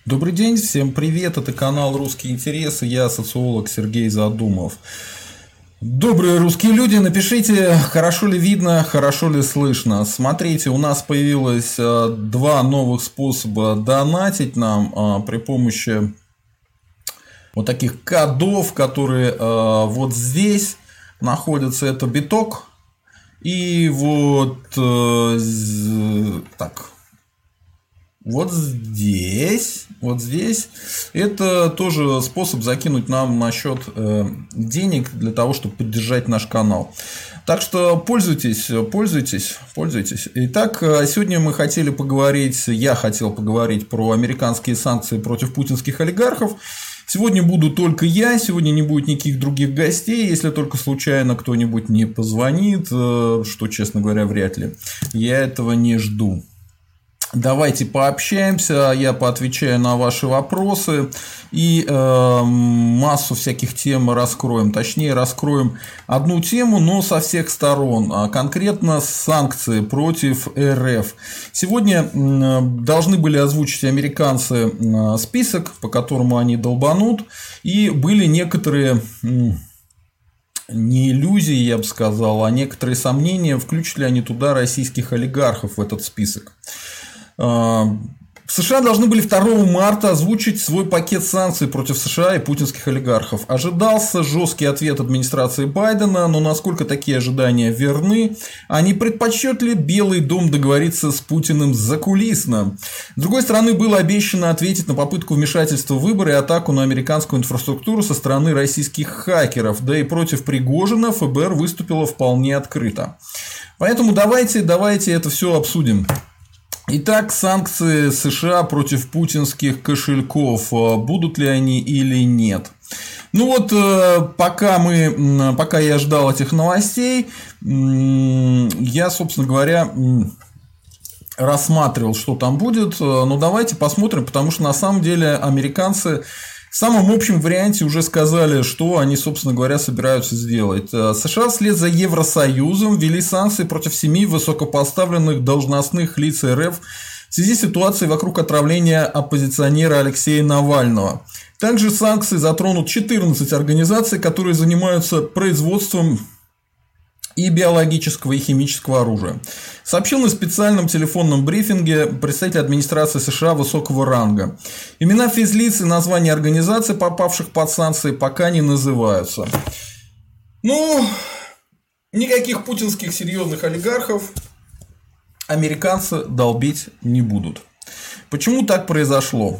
Добрый день, всем привет, это канал «Русские интересы», я социолог Сергей Задумов. Добрые русские люди, напишите, хорошо ли видно, хорошо ли слышно. Смотрите, у нас появилось два новых способа донатить нам при помощи вот таких кодов, которые вот здесь находятся, это биток. И вот так. Вот здесь, это тоже способ закинуть нам на счет денег для того, чтобы поддержать наш канал. Так что пользуйтесь. Итак, сегодня я хотел поговорить про американские санкции против путинских олигархов. Сегодня буду только я, сегодня не будет никаких других гостей, если только случайно кто-нибудь не позвонит, что, честно говоря, вряд ли. Я этого не жду. Давайте пообщаемся, я поотвечаю на ваши вопросы и массу всяких тем раскроем. Точнее, раскроем одну тему, но со всех сторон, а конкретно санкции против РФ. Сегодня должны были озвучить американцы список, по которому они долбанут, и были некоторые... не иллюзии, я бы сказал, а некоторые сомнения, включат ли они туда российских олигархов в этот список. США должны были 2 марта озвучить свой пакет санкций против США и путинских олигархов. Ожидался жесткий ответ администрации Байдена, но насколько такие ожидания верны, а не предпочтет ли Белый дом договориться с Путиным закулисно? С другой стороны, было обещано ответить на попытку вмешательства в выборы и атаку на американскую инфраструктуру со стороны российских хакеров, да и против Пригожина ФБР выступило вполне открыто. Поэтому давайте это все обсудим. Итак, санкции США против путинских кошельков. Будут ли они или нет? Ну вот, пока я ждал этих новостей, я, собственно говоря, рассматривал, что там будет. Но давайте посмотрим, потому что на самом деле американцы в самом общем варианте уже сказали, что они, собственно говоря, собираются сделать. США вслед за Евросоюзом ввели санкции против 7 высокопоставленных должностных лиц РФ в связи с ситуацией вокруг отравления оппозиционера Алексея Навального. Также санкции затронут 14 организаций, которые занимаются производством и биологического и химического оружия. Сообщил на специальном телефонном брифинге представитель администрации США высокого ранга. Имена физлиц и названия организаций, попавших под санкции, пока не называются. Ну, никаких путинских серьезных олигархов американцы долбить не будут. Почему так произошло?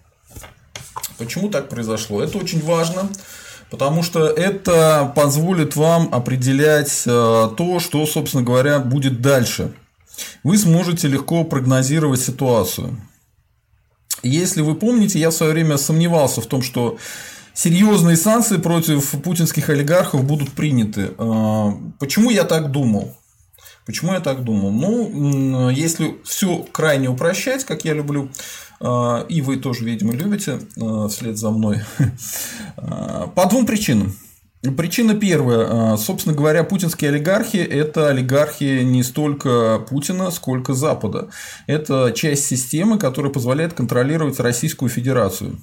Это очень важно. Потому что это позволит вам определять то, что, собственно говоря, будет дальше. Вы сможете легко прогнозировать ситуацию. Если вы помните, я в свое время сомневался в том, что серьезные санкции против путинских олигархов будут приняты. Почему я так думал? Ну, если все крайне упрощать, как я люблю, и вы тоже, видимо, любите, вслед за мной, по 2 причинам. Причина первая. Собственно говоря, путинские олигархи – это олигархи не столько Путина, сколько Запада. Это часть системы, которая позволяет контролировать Российскую Федерацию.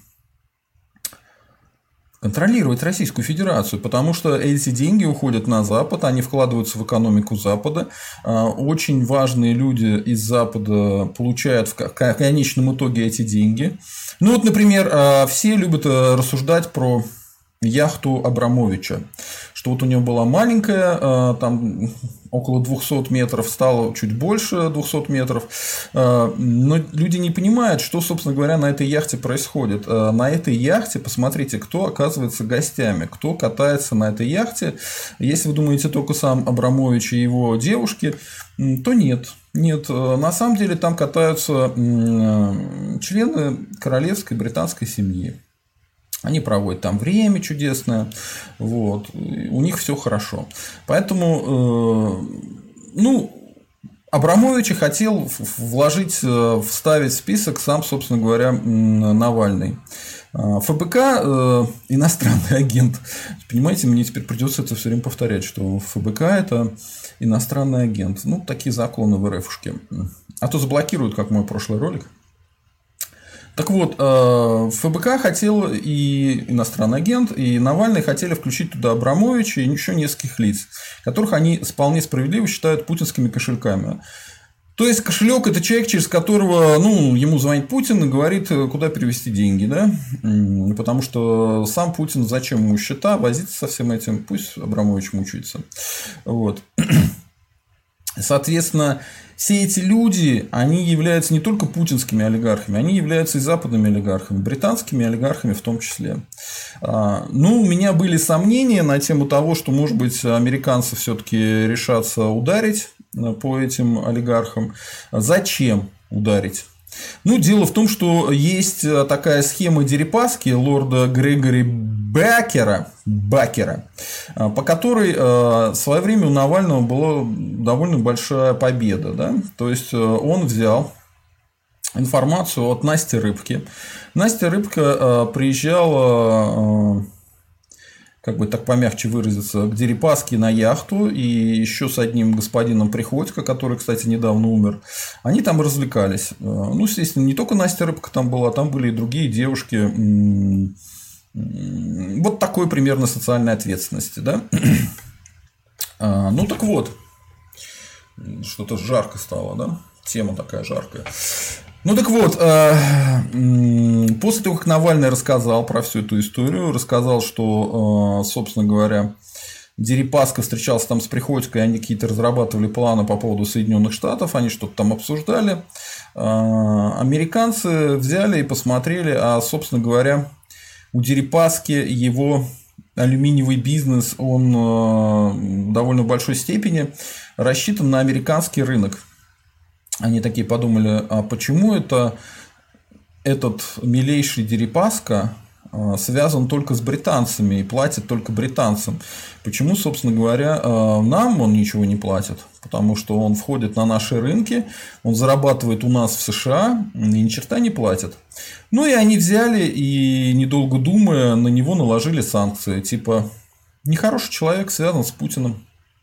Потому что эти деньги уходят на Запад, они вкладываются в экономику Запада. Очень важные люди из Запада получают в конечном итоге эти деньги. Ну вот, например, все любят рассуждать про яхту Абрамовича, что вот у него была маленькая, там около 200 метров, стало чуть больше 200 метров, но люди не понимают, что, собственно говоря, на этой яхте происходит. На этой яхте, посмотрите, кто оказывается гостями, кто катается на этой яхте. Если вы думаете только сам Абрамович и его девушки, то нет. Нет, на самом деле там катаются члены королевской британской семьи. Они проводят там время чудесное, вот, у них все хорошо. Поэтому, Абрамовича хотел вставить в список сам, собственно говоря, Навальный. ФБК иностранный агент. Понимаете, мне теперь придется это все время повторять, что ФБК это иностранный агент. Такие заклоны в РФшке. А то заблокируют, как мой прошлый ролик. Так вот, ФБК хотел, и иностранный агент, и Навальный хотели включить туда Абрамовича и еще нескольких лиц, которых они вполне справедливо считают путинскими кошельками. То есть кошелек — это человек, через которого ему звонит Путин и говорит, куда перевести деньги, да? Потому что сам Путин, зачем ему счета, возиться со всем этим, пусть Абрамович мучается. Вот. Соответственно, все эти люди, они являются не только путинскими олигархами, они являются и западными олигархами, британскими олигархами в том числе. У меня были сомнения на тему того, что, может быть, американцы все-таки решатся ударить по этим олигархам. Зачем ударить? Дело в том, что есть такая схема Дерипаски лорда Грегори Бакера, по которой в свое время у Навального была довольно большая победа. Да? То есть он взял информацию от Насти Рыбки. Настя Рыбка приезжала, как бы так помягче выразиться, к Дерипаске на яхту и еще с одним господином Приходько, который, кстати, недавно умер. Они там развлекались. Естественно, не только Настя Рыбка там была, там были и другие девушки. Вот такой примерно социальной ответственности, да? Так вот, что-то жарко стало, да? Тема такая жаркая. Так вот, после того, как Навальный рассказал про всю эту историю, рассказал, что, собственно говоря, Дерипаска встречался там с Приходько, и они какие-то разрабатывали планы по поводу Соединенных Штатов, они что-то там обсуждали, американцы взяли и посмотрели, собственно говоря, у Дерипаски его алюминиевый бизнес, он в довольно большой степени рассчитан на американский рынок. Они такие подумали, а почему этот милейший Дерипаска связан только с британцами и платит только британцам? Почему, собственно говоря, нам он ничего не платит? Потому что он входит на наши рынки, он зарабатывает у нас в США и ни черта не платит. И они взяли и, недолго думая, на него наложили санкции. Типа, нехороший человек связан с Путиным.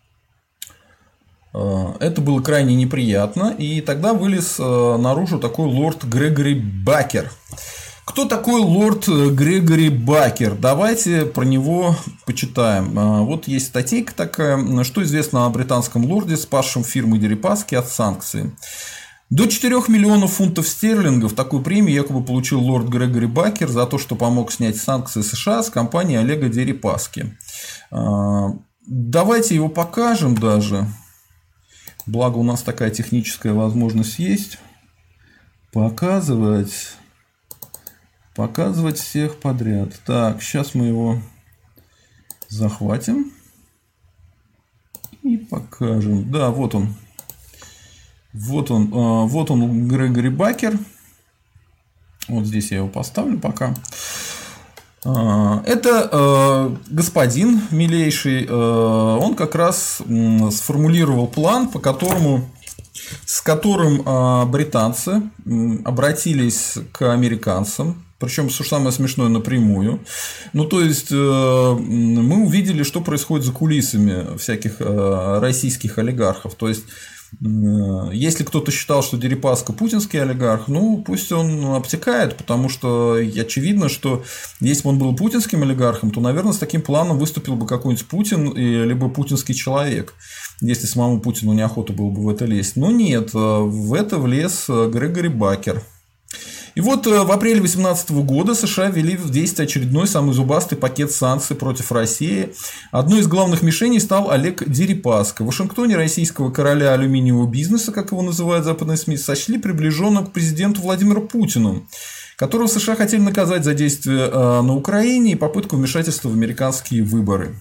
Это было крайне неприятно, и тогда вылез наружу такой лорд Грегори Бакер. Кто такой лорд Грегори Бакер? Давайте про него почитаем. Вот есть статейка такая, что известно о британском лорде, спасшем фирму Дерипаски от санкций. До 4 миллионов фунтов стерлингов такую премию якобы получил лорд Грегори Бакер за то, что помог снять санкции США с компании Олега Дерипаски. Давайте его покажем даже. Благо у нас такая техническая возможность есть. Показывать всех подряд. Так, сейчас мы его захватим и покажем. Да, вот он. Вот он, Грегори Бакер. Вот здесь я его поставлю пока. Это господин милейший, он как раз сформулировал план, с которым британцы обратились к американцам, причем, что самое смешное, напрямую. То есть, мы увидели, что происходит за кулисами всяких российских олигархов. То есть, если кто-то считал, что Дерипаска путинский олигарх, пусть он обтекает, потому что очевидно, что если бы он был путинским олигархом, то, наверное, с таким планом выступил бы какой-нибудь Путин, либо путинский человек, если самому Путину неохота было бы в это лезть. Но нет, в это влез Грегори Бакер. И вот в апреле 2018 года США ввели в действие очередной самый зубастый пакет санкций против России. Одной из главных мишеней стал Олег Дерипаска. В Вашингтоне российского короля алюминиевого бизнеса, как его называют западные СМИ, сочли приближенным к президенту Владимиру Путину, которого США хотели наказать за действия на Украине и попытку вмешательства в американские выборы.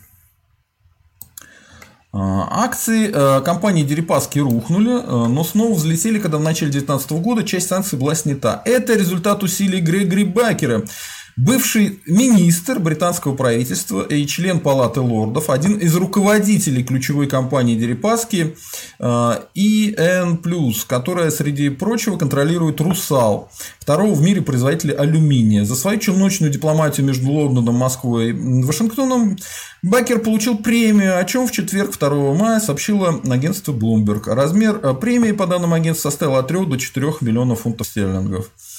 Акции компании Дерипаски рухнули, но снова взлетели, когда в начале 2019 года часть санкций была снята. Это результат усилий Грегори Бакера, бывший министр британского правительства и член Палаты лордов, один из руководителей ключевой компании Дерипаски EN+, которая, среди прочего, контролирует «Русал», второго в мире производителя алюминия. За свою челночную дипломатию между Лондоном, Москвой и Вашингтоном Бакер получил премию, о чем в четверг, 2 мая, сообщило агентство Bloomberg. Размер премии, по данным агентства, составил от 3 до 4 миллионов фунтов стерлингов.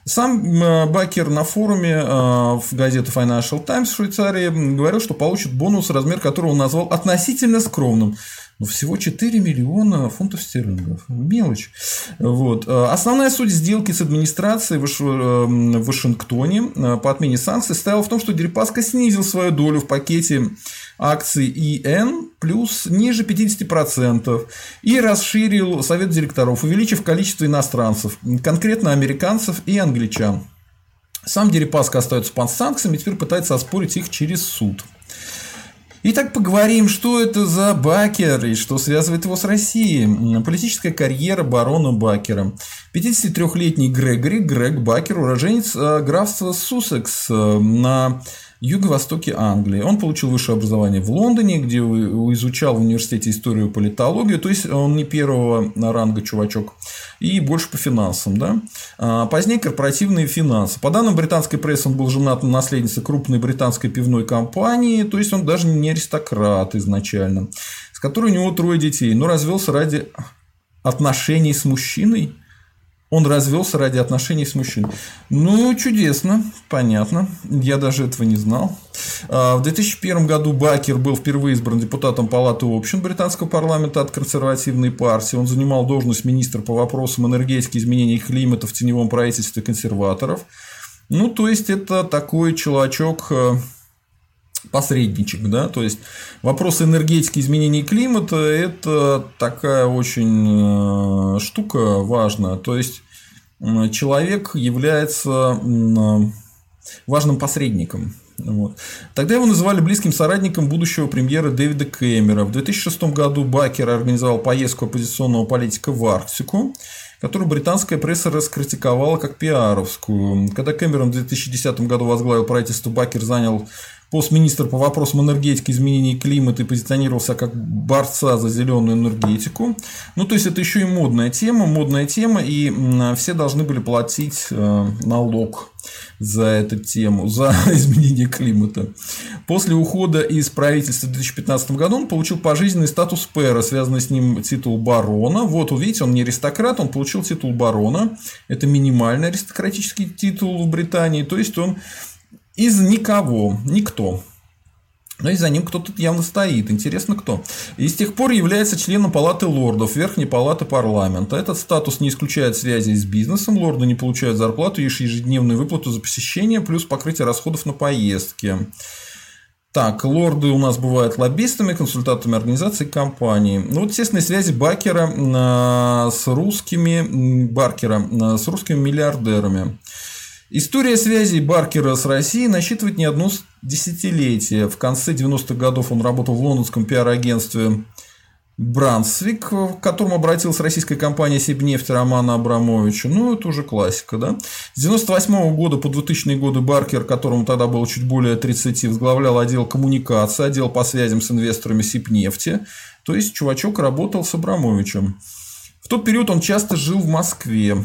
Сам Бакер на форуме в газете Financial Times в Швейцарии говорил, что получит бонус, размер которого он назвал относительно скромным. Но всего 4 миллиона фунтов стерлингов. Мелочь. Вот. Основная суть сделки с администрацией в Вашингтоне по отмене санкций состояла в том, что Дерипаска снизил свою долю в пакете акций ИН плюс ниже 50% и расширил совет директоров, увеличив количество иностранцев, конкретно американцев и англичан. Сам Дерипаска остается под санкциями и теперь пытается оспорить их через суд. Итак, поговорим, что это за Бакер и что связывает его с Россией. Политическая карьера барона Бакера. 53-летний Грег Бакер, уроженец графства Суссекс на юго-востоке Англии. Он получил высшее образование в Лондоне, где изучал в университете историю и политологию, то есть он не первого ранга чувачок, и больше по финансам. Да? Позднее корпоративные финансы. По данным британской прессы, он был женат на наследнице крупной британской пивной компании, то есть он даже не аристократ изначально, с которой у него 3 детей, но развелся ради отношений с мужчиной. Он развелся ради отношений с мужчиной. Ну, чудесно, понятно. Я даже этого не знал. В 2001 году Бакер был впервые избран депутатом Палаты общин британского парламента от консервативной партии. Он занимал должность министра по вопросам энергетики, изменений климата в теневом правительстве консерваторов. Ну, то есть, это такой чувачок... посредничек, да, то есть вопросы энергетики, изменений климата – это такая очень штука важная, то есть человек является важным посредником. Вот. Тогда его называли близким соратником будущего премьера Дэвида Кэмерона. В 2006 году Бакер организовал поездку оппозиционного политика в Арктику, которую британская пресса раскритиковала как пиаровскую. Когда Кэмерон в 2010 году возглавил правительство, Бакер занял пост министра по вопросам энергетики, изменений климата и позиционировался как борца за зеленую энергетику. Ну, то есть, это еще и модная тема, и все должны были платить налог за эту тему, за изменение климата. После ухода из правительства в 2015 году он получил пожизненный статус пэра, связанный с ним титул барона. Вот, увидите, он не аристократ, он получил титул барона. Это минимальный аристократический титул в Британии, то есть, он из никто. Но и за ним кто-то явно стоит. Интересно, кто. И с тех пор является членом Палаты лордов, Верхней палаты парламента. Этот статус не исключает связи с бизнесом. Лорды не получают зарплату, лишь ежедневную выплату за посещение, плюс покрытие расходов на поездки. Так, лорды у нас бывают лоббистами, консультантами организаций и компаний. Ну, вот естественные связи Бакера с русскими миллиардерами. История связей Бакера с Россией насчитывает не одно десятилетие. В конце 90-х годов он работал в лондонском пиар-агентстве Брансвик, к которому обратилась российская компания «Сибнефть» Романа Абрамовича. Ну, это уже классика, да? С 98 года по 2000-е годы Бакер, которому тогда было чуть более 30, возглавлял отдел коммуникации, отдел по связям с инвесторами Сибнефти. То есть, чувачок работал с Абрамовичем. В тот период он часто жил в Москве.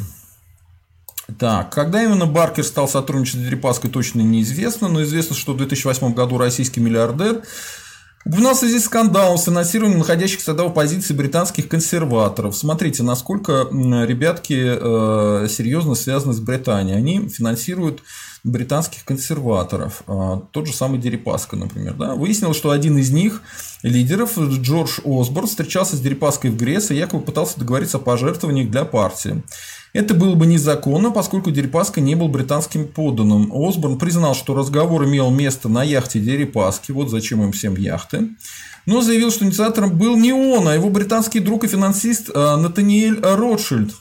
Так, когда именно Бакер стал сотрудничать с Дерипаской, точно неизвестно, но известно, что в 2008 году российский миллиардер упоминал в связи с скандалом с финансированием находящихся тогда в оппозиции британских консерваторов. Смотрите, насколько ребятки серьезно связаны с Британией. Они финансируют британских консерваторов. Тот же самый Дерипаска, например. Да? Выяснилось, что один из них, лидеров, Джордж Осборн, встречался с Дерипаской в Греции и якобы пытался договориться о пожертвованиях для партии. Это было бы незаконно, поскольку Дерипаска не был британским подданным. Осборн признал, что разговор имел место на яхте Дерипаски, вот зачем им всем яхты, но заявил, что инициатором был не он, а его британский друг и финансист Натаниэль Ротшильд.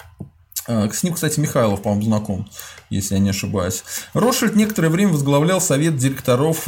С ним, кстати, Михайлов, по-моему, знаком, если я не ошибаюсь. Ротшильд некоторое время возглавлял совет директоров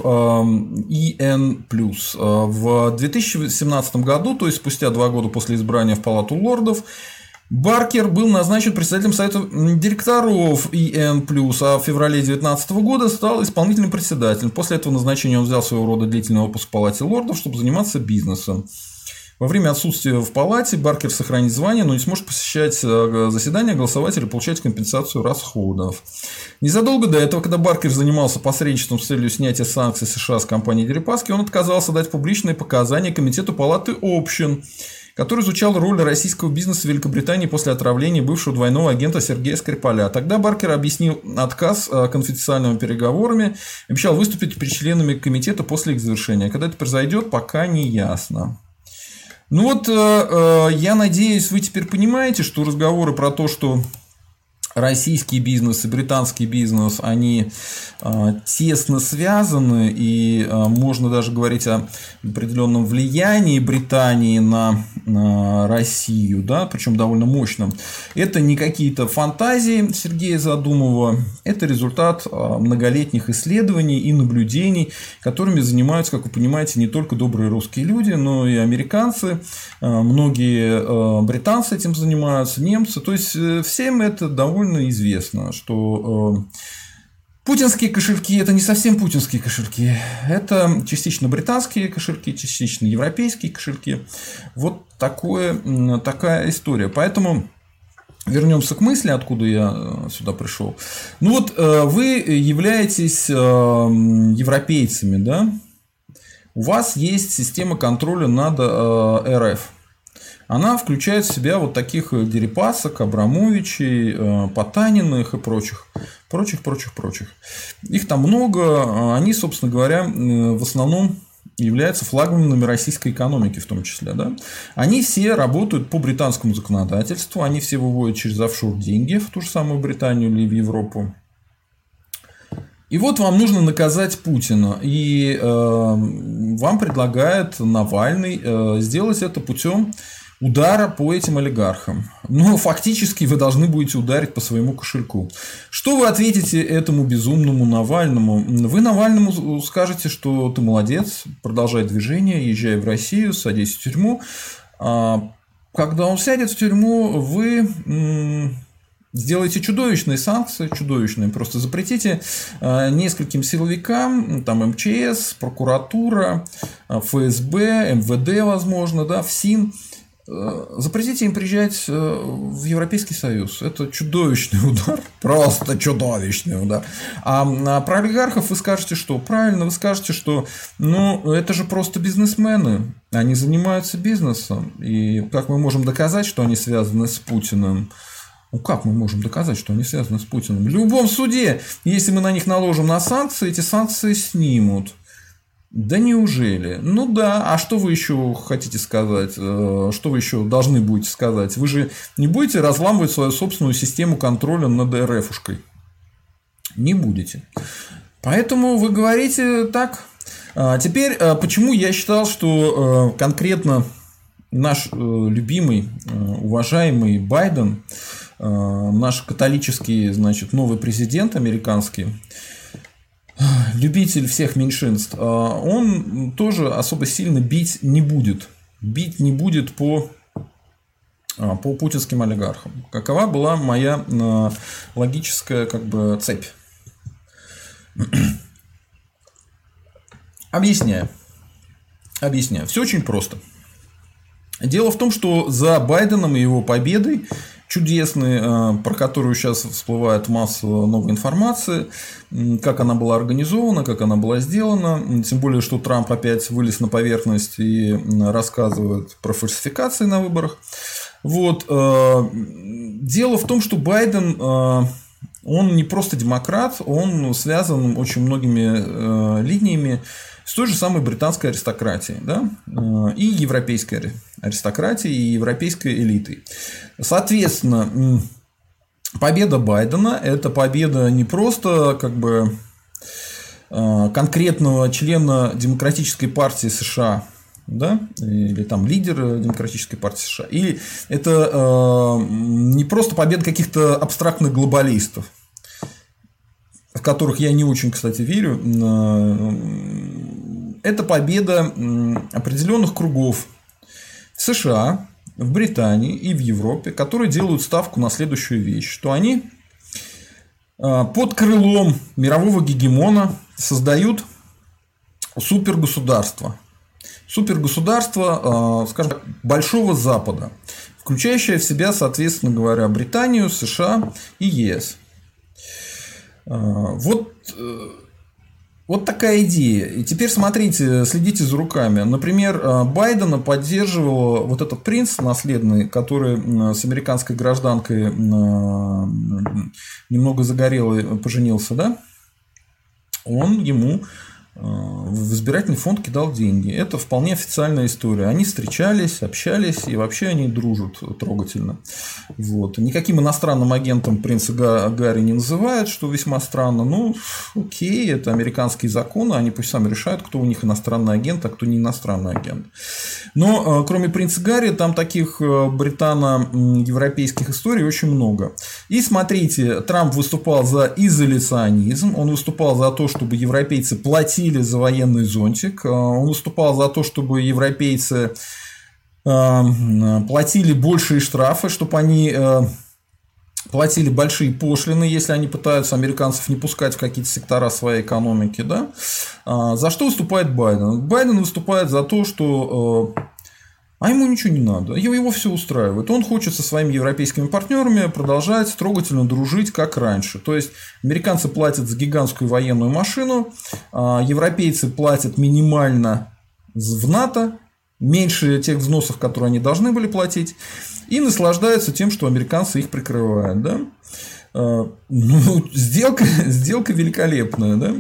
ИН+. В 2017 году, то есть спустя 2 года после избрания в Палату лордов, Бакер был назначен председателем совета директоров ИН+, а в феврале 2019 года стал исполнительным председателем. После этого назначения он взял своего рода длительный отпуск в Палате лордов, чтобы заниматься бизнесом. Во время отсутствия в палате Бакер сохранит звание, но не сможет посещать заседания, голосовать или получать компенсацию расходов. Незадолго до этого, когда Бакер занимался посредничеством с целью снятия санкций США с компанией Дерипаски, он отказался дать публичные показания Комитету Палаты общин, который изучал роль российского бизнеса в Великобритании после отравления бывшего двойного агента Сергея Скрипаля. Тогда Баркер объяснил отказ конфиденциальными переговорами, обещал выступить перед членами комитета после их завершения. Когда это произойдет, пока не ясно. Ну вот, я надеюсь, вы теперь понимаете, что разговоры про то, что российский бизнес и британский бизнес, они тесно связаны, и можно даже говорить о определенном влиянии Британии на Россию, да, причем довольно мощном. Это не какие-то фантазии Сергея Задумова, это результат многолетних исследований и наблюдений, которыми занимаются, как вы понимаете, не только добрые русские люди, но и американцы, многие британцы этим занимаются, немцы, то есть всем это довольно известно, что путинские кошельки – это не совсем путинские кошельки, это частично британские кошельки, частично европейские кошельки. Вот такая история. Поэтому вернемся к мысли, откуда я сюда пришел. Ну вот вы являетесь европейцами, да? У вас есть система контроля над РФ. Она включает в себя вот таких Дерипасок, Абрамовичей, Потаниных и прочих. Их там много. Они, собственно говоря, в основном являются флагманами российской экономики в том числе. Да? Они все работают по британскому законодательству. Они все выводят через офшор деньги в ту же самую Британию или в Европу. И вот вам нужно наказать Путина. И вам предлагает Навальный сделать это путем удара по этим олигархам. Но фактически вы должны будете ударить по своему кошельку. Что вы ответите этому безумному Навальному? Вы Навальному скажете, что ты молодец, продолжай движение, езжай в Россию, садись в тюрьму. Когда он сядет в тюрьму, вы сделайте чудовищные санкции, чудовищные. Просто запретите нескольким силовикам, там МЧС, прокуратура, ФСБ, МВД, возможно, да, ФСИН. Запретите им приезжать в Европейский Союз. Это чудовищный удар. Просто чудовищный удар. А про олигархов вы скажете, что? Правильно, вы скажете, что это же просто бизнесмены. Они занимаются бизнесом. И как мы можем доказать, что они связаны с Путиным? Как мы можем доказать, что они связаны с Путиным? В любом суде, если мы на них наложим санкции, эти санкции снимут. Да неужели? Ну да, а что вы еще хотите сказать? Что вы еще должны будете сказать? Вы же не будете разламывать свою собственную систему контроля над РФушкой? Не будете. Поэтому вы говорите так. Теперь, почему я считал, что конкретно наш любимый, уважаемый Байден, наш католический, значит, новый президент американский, любитель всех меньшинств, он тоже особо сильно бить не будет. Бить не будет по путинским олигархам. Какова была моя логическая цепь? Объясняю. Все очень просто. Дело в том, что за Байденом и его победой чудесный, про которую сейчас всплывает масса новой информации, как она была организована, как она была сделана, тем более, что Трамп опять вылез на поверхность и рассказывает про фальсификации на выборах. Вот. Дело в том, что Байден, он не просто демократ, он связан очень многими линиями с той же самой британской аристократией, да? И европейской аристократией, и европейской элитой. Соответственно, победа Байдена – это победа не просто конкретного члена Демократической партии США, да? Или там лидера Демократической партии США, или это не просто победа каких-то абстрактных глобалистов, в которых я не очень, кстати, верю. Это победа определенных кругов в США, в Британии и в Европе, которые делают ставку на следующую вещь, что они под крылом мирового гегемона создают супергосударство. Супергосударство, скажем так, Большого Запада, включающее в себя, соответственно говоря, Британию, США и ЕС. Вот Вот такая идея. И теперь смотрите, следите за руками. Например, Байдена поддерживал вот этот принц наследный, который с американской гражданкой немного загорелый поженился, да? Он ему в избирательный фонд кидал деньги. Это вполне официальная история. Они встречались, общались, и вообще они дружат трогательно. Вот. Никаким иностранным агентом принца Гарри не называют, что весьма странно. Ну, окей, это американские законы, они пусть сами решают, кто у них иностранный агент, а кто не иностранный агент. Но кроме принца Гарри, там таких британо-европейских историй очень много. И смотрите, Трамп выступал за изоляционизм, он выступал за то, чтобы европейцы платили за военный зонтик, он выступал за то, чтобы европейцы платили большие штрафы, чтобы они платили большие пошлины, если они пытаются американцев не пускать в какие-то сектора своей экономики. Да? За что выступает Байден? Байден выступает за то, что ему ничего не надо, его все устраивает. Он хочет со своими европейскими партнерами продолжать трогательно дружить, как раньше. То есть, американцы платят за гигантскую военную машину, европейцы платят минимально в НАТО, меньше тех взносов, которые они должны были платить, и наслаждаются тем, что американцы их прикрывают. Да? Ну, сделка великолепная, да?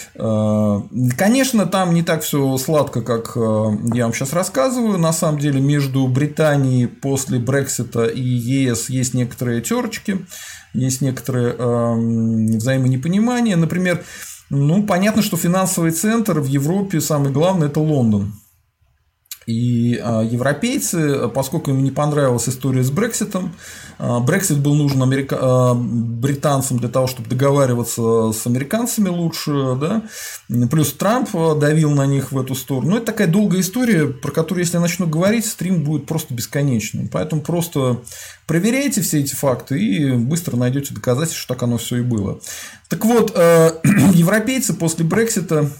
Конечно, там не так все сладко, как я вам сейчас рассказываю. На самом деле, между Британией после Брексита и ЕС есть некоторые терочки, есть некоторые взаимонепонимания. Например, ну, понятно, что финансовый центр в Европе самый главный – это Лондон. И европейцы, поскольку им не понравилась история с Брекситом, Брексит был нужен британцам для того, чтобы договариваться с американцами лучше, да? Плюс Трамп давил на них в эту сторону. Ну, это такая долгая история, про которую, если я начну говорить, стрим будет просто бесконечным. Поэтому просто проверяйте все эти факты и быстро найдете доказательства, что так оно все и было. Так вот, европейцы после Брексита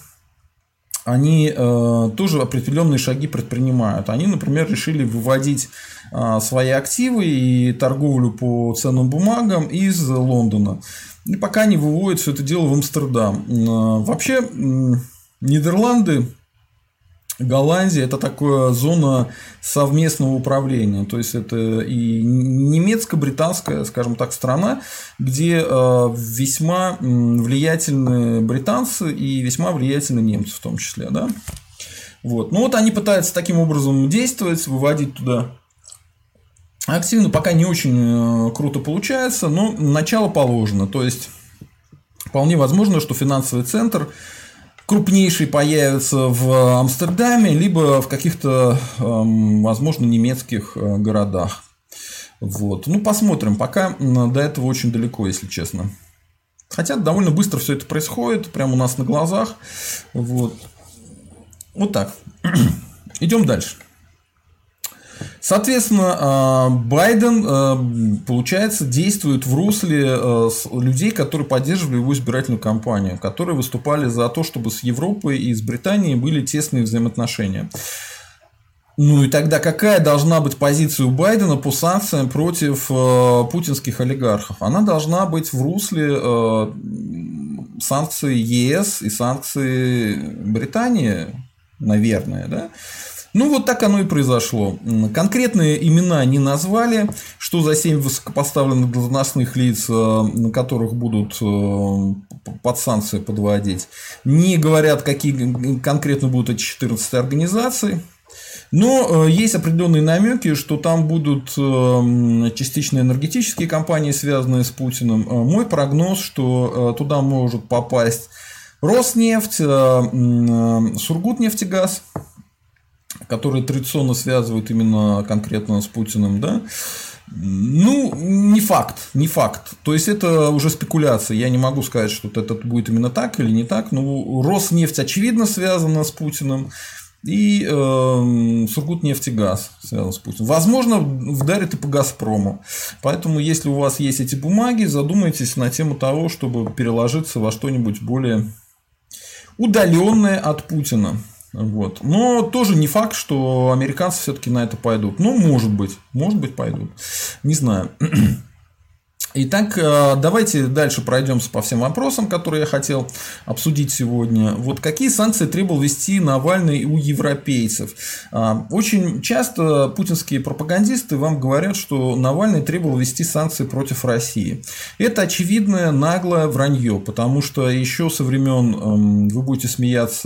они тоже определенные шаги предпринимают. Они, например, решили выводить свои активы и торговлю по ценным бумагам из Лондона. И пока не выводят все это дело в Амстердам. Вообще, Нидерланды, Голландия – это такая зона совместного управления. То есть, это и немецко-британская, скажем так, страна, где весьма влиятельны британцы и весьма влиятельны немцы в том числе. Да? Вот. Ну, вот они пытаются таким образом действовать, выводить туда активно. Пока не очень круто получается, но начало положено. То есть, вполне возможно, что финансовый центр крупнейший появится в Амстердаме, либо в каких-то, возможно, немецких городах. Вот. Ну, посмотрим. Пока до этого очень далеко, если честно. Хотя довольно быстро все это происходит, прямо у нас на глазах. Вот, вот так. Идем дальше. Соответственно, Байден, получается, действует в русле людей, которые поддерживали его избирательную кампанию, которые выступали за то, чтобы с Европой и с Британией были тесные взаимоотношения. Ну и тогда какая должна быть позиция у Байдена по санкциям против путинских олигархов? Она должна быть в русле санкций ЕС и санкций Британии, наверное, да? Ну, вот так оно и произошло. Конкретные имена не назвали, что за 7 высокопоставленных должностных лиц, на которых будут под санкции подводить. Не говорят, какие конкретно будут эти 14 организаций. Но есть определенные намеки, что там будут частично энергетические компании, связанные с Путиным. Мой прогноз, что туда может попасть Роснефть, Сургутнефтегаз, которые традиционно связывают именно конкретно с Путиным, да? Ну, не факт. То есть, это уже спекуляция. Я не могу сказать, что это будет именно так или не так. Ну, Роснефть, очевидно, связана с Путиным. И Сургутнефтегаз связан с Путиным. Возможно, вдарит и по Газпрому. Поэтому, если у вас есть эти бумаги, задумайтесь на тему того, чтобы переложиться во что-нибудь более удаленное от Путина. Вот. Но тоже не факт, что американцы все-таки на это пойдут. Ну, может быть, пойдут. Не знаю. Итак, давайте дальше пройдемся по всем вопросам, которые я хотел обсудить сегодня. Вот какие санкции требовал ввести Навальный у европейцев? Очень часто путинские пропагандисты вам говорят, что Навальный требовал ввести санкции против России. Это очевидное наглое вранье, потому что еще со времен, вы будете смеяться,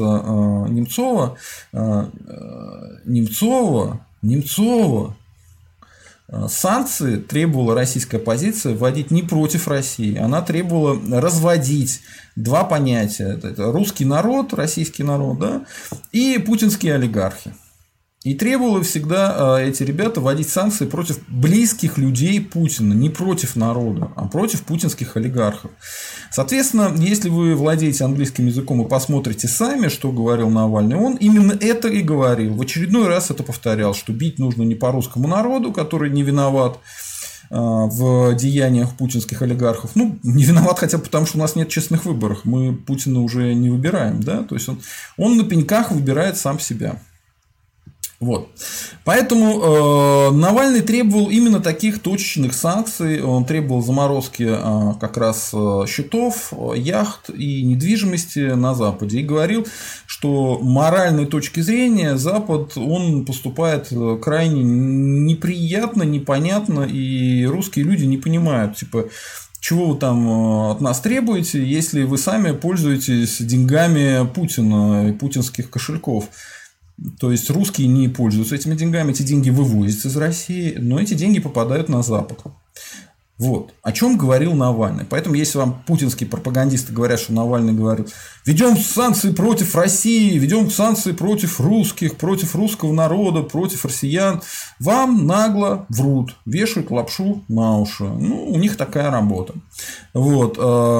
Немцова, санкции требовала российская оппозиция вводить не против России, она требовала разводить два понятия: это русский народ, российский народ, да, и путинские олигархи. И требовала всегда эти ребята вводить санкции против близких людей Путина, не против народа, а против путинских олигархов. Соответственно, если вы владеете английским языком и посмотрите сами, что говорил Навальный, он именно это и говорил. В очередной раз это повторял, что бить нужно не по русскому народу, который не виноват в деяниях путинских олигархов. Ну, не виноват хотя бы потому, что у нас нет честных выборов. Мы Путина уже не выбираем. Да? То есть он на пеньках выбирает сам себя. Вот. Поэтому Навальный требовал именно таких точечных санкций. Он требовал заморозки как раз счетов, яхт и недвижимости на Западе. И говорил, что моральной точки зрения Запад он поступает крайне неприятно, непонятно, и русские люди не понимают, типа, чего вы там от нас требуете, если вы сами пользуетесь деньгами Путина и путинских кошельков. То есть русские не пользуются этими деньгами, эти деньги вывозятся из России, но эти деньги попадают на Запад. Вот. О чем говорил Навальный. Поэтому, если вам путинские пропагандисты говорят, что Навальный говорит: ведем санкции против России, ведем санкции против русских, против русского народа, против россиян, вам нагло врут, вешают лапшу на уши. Ну, у них такая работа. Вот.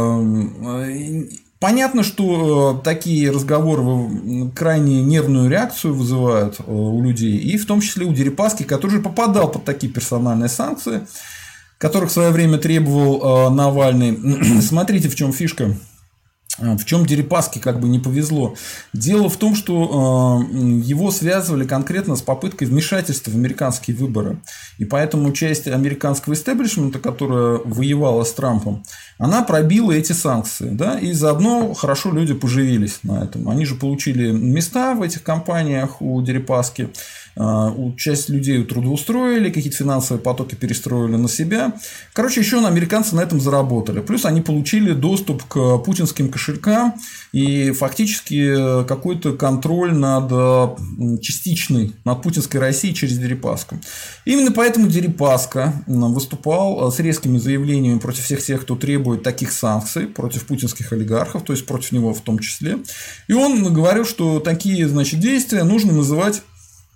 Понятно, что такие разговоры крайне нервную реакцию вызывают у людей, и в том числе у Дерипаски, который же попадал под такие персональные санкции, которых в свое время требовал Навальный. Смотрите, в чем фишка. В чем Дерипаске как бы не повезло. Дело в том, что его связывали конкретно с попыткой вмешательства в американские выборы. И поэтому часть американского истеблишмента, которая воевала с Трампом, она пробила эти санкции. Да? И заодно хорошо люди поживились на этом. Они же получили места в этих компаниях у Дерипаски. Часть людей трудоустроили, какие-то финансовые потоки перестроили на себя. Короче, еще американцы на этом заработали. Плюс они получили доступ к путинским кошелькам и фактически какой-то контроль частичный над путинской Россией через Дерипаску. Именно поэтому Дерипаска выступал с резкими заявлениями против всех тех, кто требует таких санкций, против путинских олигархов, то есть против него в том числе. И он говорил, что такие, значит, действия нужно называть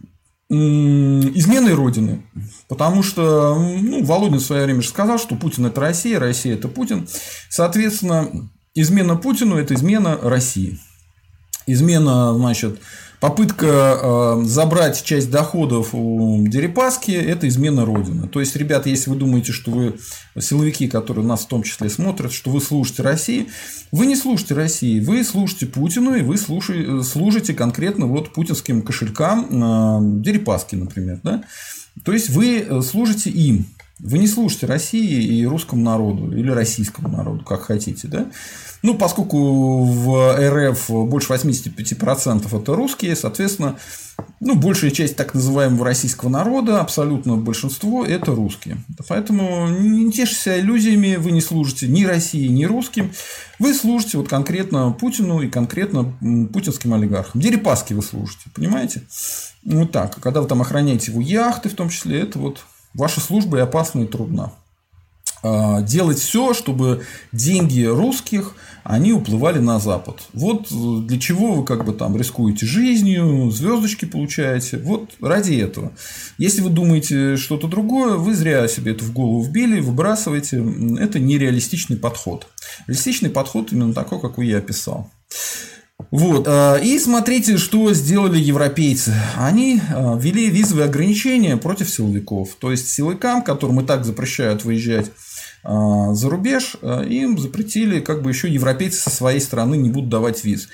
изменой Родины. Потому что Володин в свое время же сказал, что Путин – это Россия, Россия – это Путин. Соответственно, измена Путину – это измена России. Измена, значит, попытка забрать часть доходов у Дерипаски – это измена Родины. То есть, ребята, если вы думаете, что вы силовики, которые нас в том числе смотрят, что вы служите России, вы не служите России, вы служите Путину, и вы служите конкретно вот путинским кошелькам Дерипаски, например. Да? То есть, вы служите им. Вы не служите России и русскому народу, или российскому народу, как хотите. Да? Ну, поскольку в РФ больше 85% это русские, соответственно, большая часть так называемого российского народа, абсолютно большинство, это русские. Поэтому не тешьтесь иллюзиями, вы не служите ни России, ни русским, вы служите вот конкретно Путину и конкретно путинским олигархам. Дерипаске вы служите, понимаете? Вот так. Когда вы там охраняете его яхты, в том числе, это вот ваша служба и опасна, и трудна. Делать все, чтобы деньги русских они уплывали на Запад. Вот для чего вы как бы там рискуете жизнью, звездочки получаете. Вот ради этого. Если вы думаете что-то другое, вы зря себе это в голову вбили, выбрасываете. Это нереалистичный подход. Реалистичный подход именно такой, какой я описал. Вот. И смотрите, что сделали европейцы. Они ввели визовые ограничения против силовиков. То есть силовикам, которым и так запрещают выезжать за рубеж, им запретили, как бы еще европейцы со своей стороны не будут давать виз.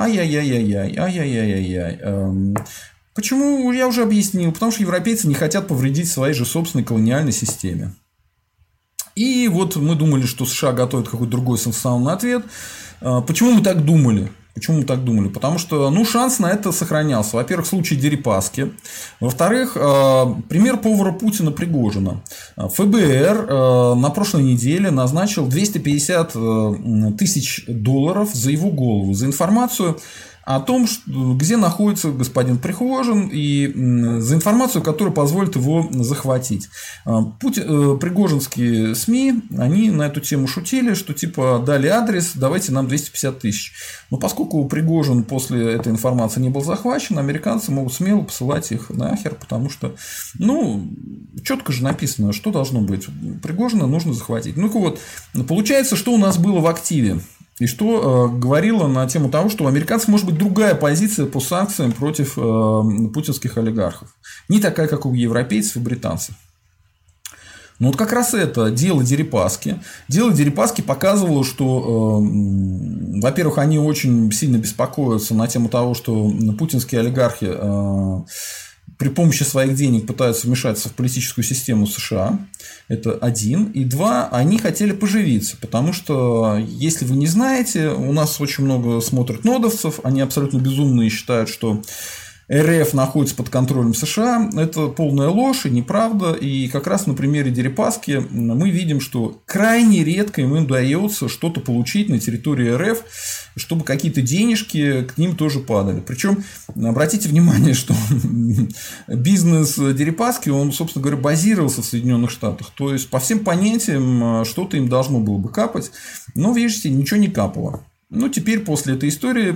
Ай-яй-яй-яй-яй. Почему? Я уже объяснил. Потому что европейцы не хотят повредить своей же собственной колониальной системе. И вот мы думали, что США готовят какой-то другой санкционный ответ. Почему мы так думали? Почему мы так думали? Потому что шанс на это сохранялся. Во-первых, случай Дерипаски. Во-вторых, пример повара Путина Пригожина. ФБР на прошлой неделе назначил $250 тысяч за его голову, за информацию о том, где находится господин Пригожин, и за информацию, которая позволит его захватить. Пригожинские СМИ, они на эту тему шутили, что типа дали адрес, давайте нам 250 тысяч. Но поскольку Пригожин после этой информации не был захвачен, американцы могут смело посылать их нахер, потому что, четко же написано, что должно быть. Пригожина нужно захватить. Вот, получается, что у нас было в активе. И что говорило на тему того, что у американцев может быть другая позиция по санкциям против путинских олигархов. Не такая, как у европейцев и британцев. Но вот как раз это дело Дерипаски. Дело Дерипаски показывало, что, во-первых, они очень сильно беспокоятся на тему того, что путинские олигархи при помощи своих денег пытаются вмешаться в политическую систему США. Это один. И два, они хотели поживиться. Потому что, если вы не знаете, у нас очень много смотрят нодовцев. Они абсолютно безумные и считают, что РФ находится под контролем США. Это полная ложь и неправда. И как раз на примере Дерипаски мы видим, что крайне редко им удается что-то получить на территории РФ, чтобы какие-то денежки к ним тоже падали. Причем обратите внимание, что бизнес Дерипаски, он, собственно говоря, базировался в Соединенных Штатах. То есть, по всем понятиям, что-то им должно было бы капать. Но, видите, ничего не капало. Теперь после этой истории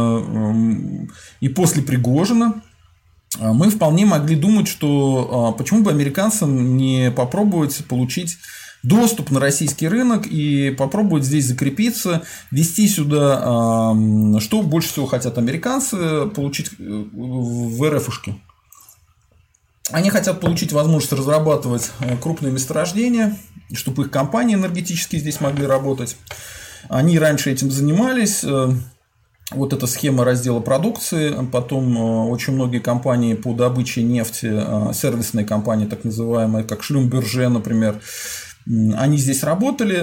и после Пригожина мы вполне могли думать, что почему бы американцам не попробовать получить доступ на российский рынок и попробовать здесь закрепиться, ввести сюда, что больше всего хотят американцы получить в РФушке. Они хотят получить возможность разрабатывать крупные месторождения, чтобы их компании энергетические здесь могли работать. Они раньше этим занимались. Вот эта схема раздела продукции. Потом очень многие компании по добыче нефти, сервисные компании, так называемые, как Шлюмберже, например, они здесь работали.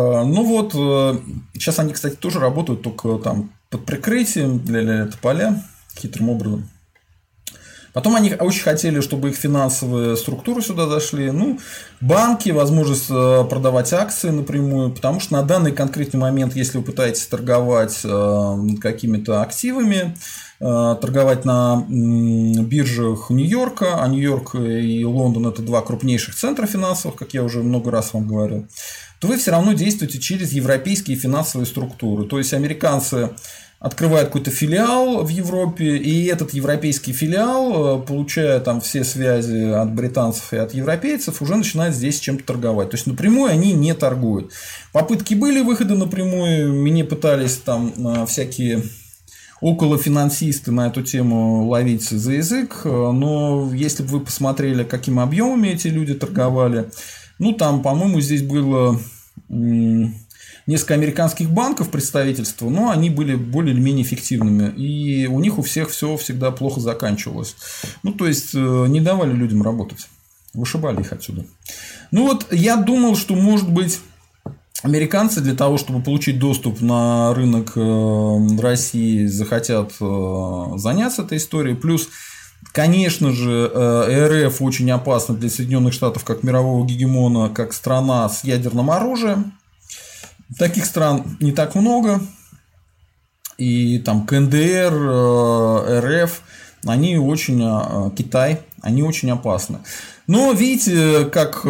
Сейчас они, кстати, тоже работают, только там под прикрытием для тополя, хитрым образом. Потом они очень хотели, чтобы их финансовые структуры сюда зашли. Банки, возможность продавать акции напрямую. Потому что на данный конкретный момент, если вы пытаетесь торговать какими-то активами, торговать на биржах Нью-Йорка, а Нью-Йорк и Лондон – это два крупнейших центра финансовых, как я уже много раз вам говорил, то вы все равно действуете через европейские финансовые структуры. То есть, американцы открывает какой-то филиал в Европе, и этот европейский филиал, получая там все связи от британцев и от европейцев, уже начинает здесь чем-то торговать. То есть, напрямую они не торгуют. Попытки были выхода напрямую, меня пытались там всякие околофинансисты на эту тему ловить за язык, но если бы вы посмотрели, какими объемами эти люди торговали, там, по-моему, здесь было несколько американских банков представительства, но они были более или менее эффективными. И у них у всех все всегда плохо заканчивалось. То есть, не давали людям работать. Вышибали их отсюда. Я думал, что, может быть, американцы для того, чтобы получить доступ на рынок России, захотят заняться этой историей. Плюс, конечно же, РФ очень опасна для Соединенных Штатов как мирового гегемона, как страна с ядерным оружием. Таких стран не так много, и там КНДР, РФ, они очень, Китай, они очень опасны. Но видите, как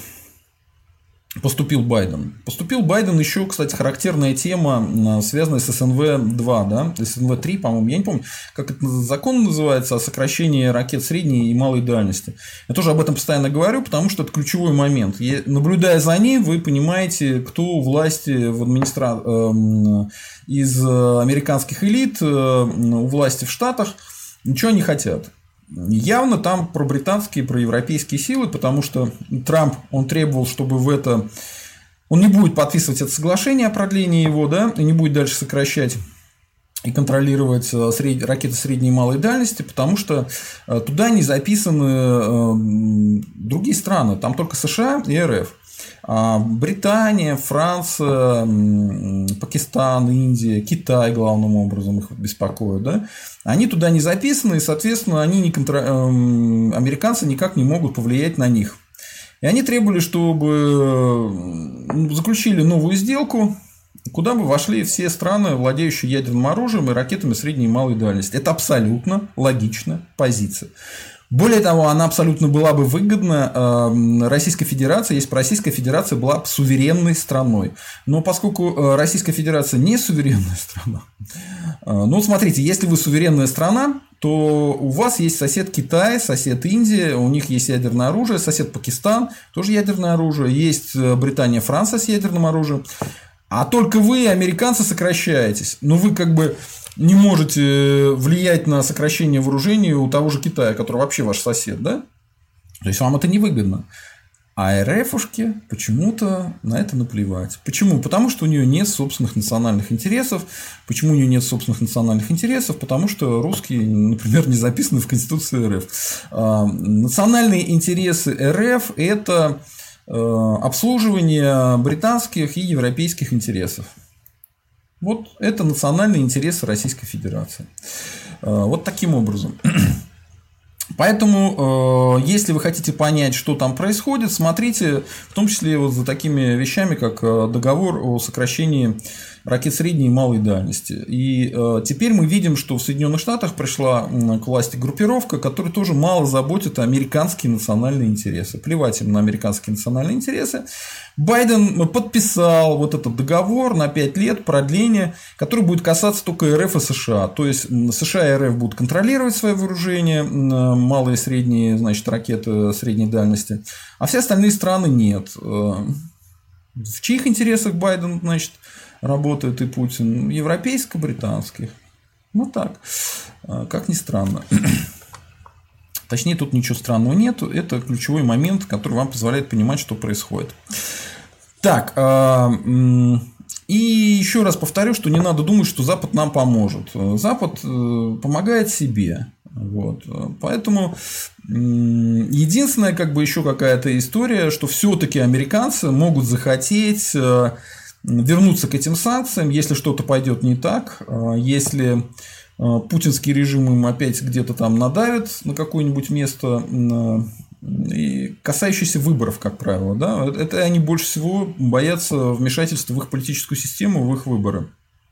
поступил Байден. Поступил Байден еще, кстати, характерная тема, связанная с СНВ-2, да? СНВ-3, по-моему, я не помню, как это закон называется, о сокращении ракет средней и малой дальности. Я тоже об этом постоянно говорю, потому что это ключевой момент. Наблюдая за ним, вы понимаете, кто у власти из американских элит, у власти в Штатах, ничего не хотят. Явно там пробританские, проевропейские силы, потому что Трамп, он требовал, чтобы он не будет подписывать это соглашение о продлении его, да, и не будет дальше сокращать и контролировать ракеты средней и малой дальности, потому что туда не записаны другие страны, там только США и РФ. Британия, Франция, Пакистан, Индия, Китай главным образом их беспокоит, да? Они туда не записаны, и, соответственно, американцы никак не могут повлиять на них. И они требовали, чтобы заключили новую сделку, куда бы вошли все страны, владеющие ядерным оружием и ракетами средней и малой дальности. Это абсолютно логичная позиция. Более того, она абсолютно была бы выгодна Российской Федерации, если бы Российская Федерация была суверенной страной. Но поскольку Российская Федерация не суверенная страна, ну, смотрите, если вы суверенная страна, то у вас есть сосед Китай, сосед Индия, у них есть ядерное оружие, сосед Пакистан, тоже ядерное оружие, есть Британия, Франция с ядерным оружием. А только вы, американцы, сокращаетесь. Но вы как бы не можете влиять на сокращение вооружений у того же Китая, который вообще ваш сосед, да? То есть вам это невыгодно. А РФушке почему-то на это наплевать. Почему? Потому что у нее нет собственных национальных интересов. Почему у нее нет собственных национальных интересов? Потому что русские, например, не записаны в Конституции РФ. Национальные интересы РФ – это обслуживание британских и европейских интересов. Вот это национальные интересы Российской Федерации. Вот таким образом. Поэтому, если вы хотите понять, что там происходит, смотрите, в том числе вот за такими вещами, как договор о сокращении ракет средней и малой дальности. И теперь мы видим, что в Соединенных Штатах пришла к власти группировка, которая тоже мало заботит американские национальные интересы. Плевать им на американские национальные интересы. Байден подписал вот этот договор на 5 лет продления, который будет касаться только РФ и США. То есть США и РФ будут контролировать свои вооружения, малые и средние, значит, ракеты средней дальности, а все остальные страны нет. В чьих интересах Байден, значит, работает и Путин? Европейско-британских. Ну так, как ни странно. Точнее, тут ничего странного нет. Это ключевой момент, который вам позволяет понимать, что происходит. Так, и еще раз повторю, что не надо думать, что Запад нам поможет. Запад помогает себе. Вот. Поэтому единственная как бы еще какая-то история, что все-таки американцы могут захотеть вернуться к этим санкциям, если что-то пойдет не так, если путинский режим им опять где-то там надавит на какое-нибудь место, и касающиеся выборов, как правило, да, это они больше всего боятся вмешательства в их политическую систему, в их выборы.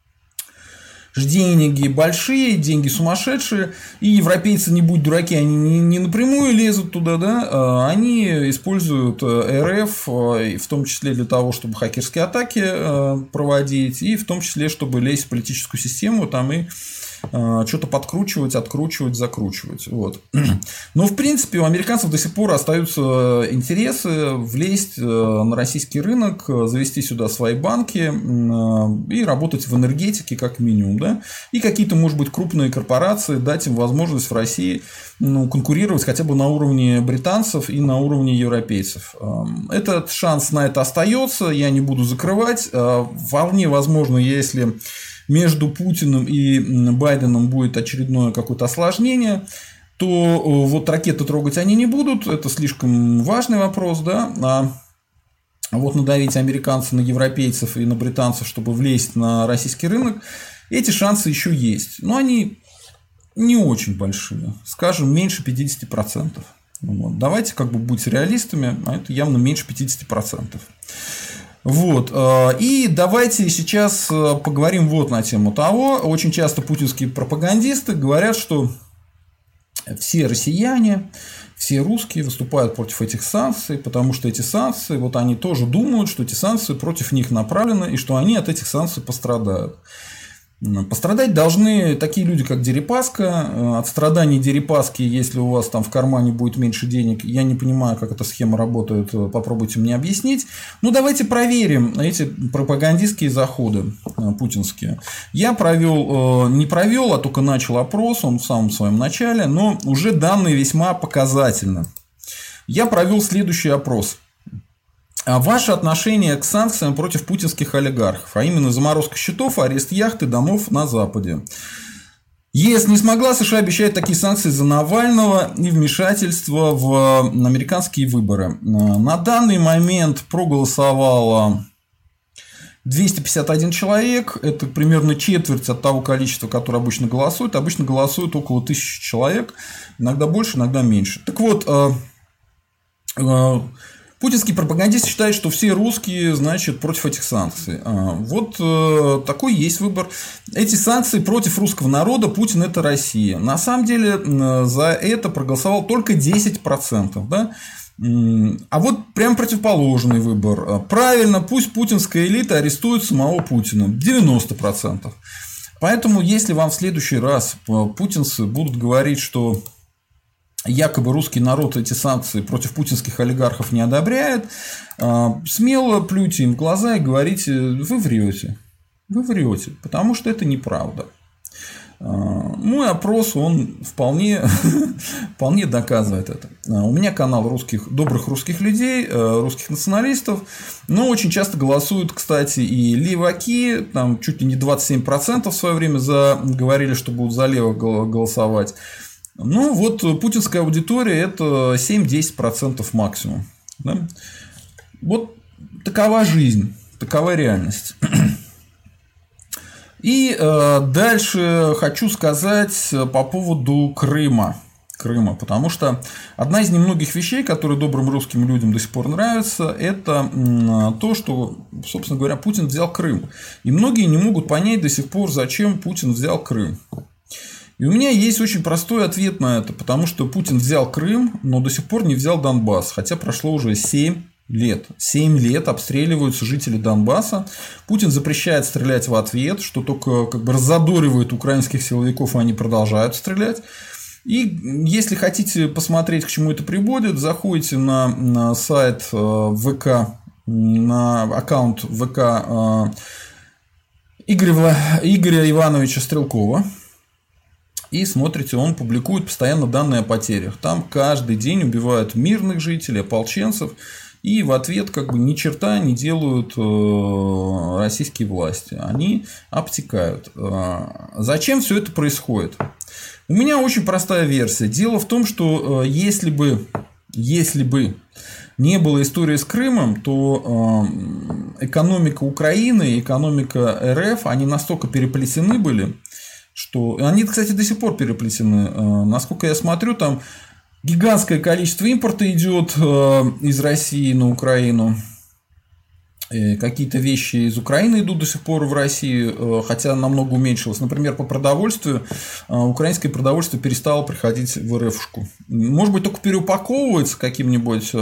Деньги большие, деньги сумасшедшие, и европейцы, не будь дураки, они не напрямую лезут туда, да, они используют РФ, в том числе для того, чтобы хакерские атаки проводить, и в том числе, чтобы лезть в политическую систему там и что-то подкручивать, откручивать, закручивать. Вот. Но, в принципе, у американцев до сих пор остаются интересы влезть на российский рынок, завести сюда свои банки и работать в энергетике как минимум. Да? И какие-то, может быть, крупные корпорации дать им возможность в России конкурировать хотя бы на уровне британцев и на уровне европейцев. Этот шанс на это остается, я не буду закрывать. Вполне возможно, если между Путиным и Байденом будет очередное какое-то осложнение, то вот ракеты трогать они не будут, это слишком важный вопрос, да, а вот надавить американцев на европейцев и на британцев, чтобы влезть на российский рынок, эти шансы еще есть, но они не очень большие, скажем, меньше 50%. Вот. Давайте как бы будьте реалистами, а это явно меньше 50%. Вот. И давайте сейчас поговорим вот на тему того. Очень часто путинские пропагандисты говорят, что все россияне, все русские выступают против этих санкций, потому что эти санкции, вот они тоже думают, что эти санкции против них направлены и что они от этих санкций пострадают. Пострадать должны такие люди, как Дерипаска. От страданий Дерипаски, если у вас там в кармане будет меньше денег, я не понимаю, как эта схема работает, попробуйте мне объяснить. Ну, давайте проверим эти пропагандистские заходы путинские. Я не провел, а только начал опрос, он в самом своем начале, но уже данные весьма показательны. Я провел следующий опрос. Ваше отношение к санкциям против путинских олигархов, а именно заморозка счетов, арест яхт и домов на Западе. ЕС не смогла, США обещает такие санкции за Навального и вмешательство в американские выборы. На данный момент проголосовало 251 человек, это примерно четверть от того количества, которое обычно голосует. Обычно голосует около 1000 человек, иногда больше, иногда меньше. Так вот, путинские пропагандисты считают, что все русские, значит, против этих санкций. Вот такой есть выбор. Эти санкции против русского народа, Путин – это Россия. На самом деле за это проголосовал только 10%. Да? А вот прям противоположный выбор. Правильно, пусть путинская элита арестует самого Путина. 90%. Поэтому, если вам в следующий раз путинцы будут говорить, что якобы русский народ эти санкции против путинских олигархов не одобряет, смело плюйте им в глаза и говорите: вы врете. Вы врете, потому что это неправда. Мой опрос, он вполне доказывает это. У меня канал добрых русских людей, русских националистов, но очень часто голосуют, кстати, и леваки, там чуть ли не 27% в свое время говорили, что будут за левых голосовать. Ну, вот путинская аудитория – это 7-10% максимум. Да? Вот такова жизнь, такова реальность. И дальше хочу сказать по поводу Крыма, потому что одна из немногих вещей, которые добрым русским людям до сих пор нравятся, это то, что, собственно говоря, Путин взял Крым. И многие не могут понять до сих пор, зачем Путин взял Крым. И у меня есть очень простой ответ на это, потому что Путин взял Крым, но до сих пор не взял Донбасс, хотя прошло уже 7 лет. 7 лет обстреливаются жители Донбасса. Путин запрещает стрелять в ответ, что только как бы раззадоривает украинских силовиков, и они продолжают стрелять. И если хотите посмотреть, к чему это приводит, заходите на сайт ВК, на аккаунт ВК Игоря Ивановича Стрелкова. И смотрите, он публикует постоянно данные о потерях. Там каждый день убивают мирных жителей, ополченцев. И в ответ как бы ни черта не делают российские власти. Они обтекают. Зачем все это происходит? У меня очень простая версия. Дело в том, что если бы не было истории с Крымом, то экономика Украины и экономика РФ, они настолько переплетены были, что они, кстати, до сих пор переплетены. Насколько я смотрю, там гигантское количество импорта идет из России на Украину. Какие-то вещи из Украины идут до сих пор в Россию, хотя намного уменьшилось. Например, по продовольствию. Украинское продовольствие перестало приходить в РФшку. Может быть, только переупаковывается каким-нибудь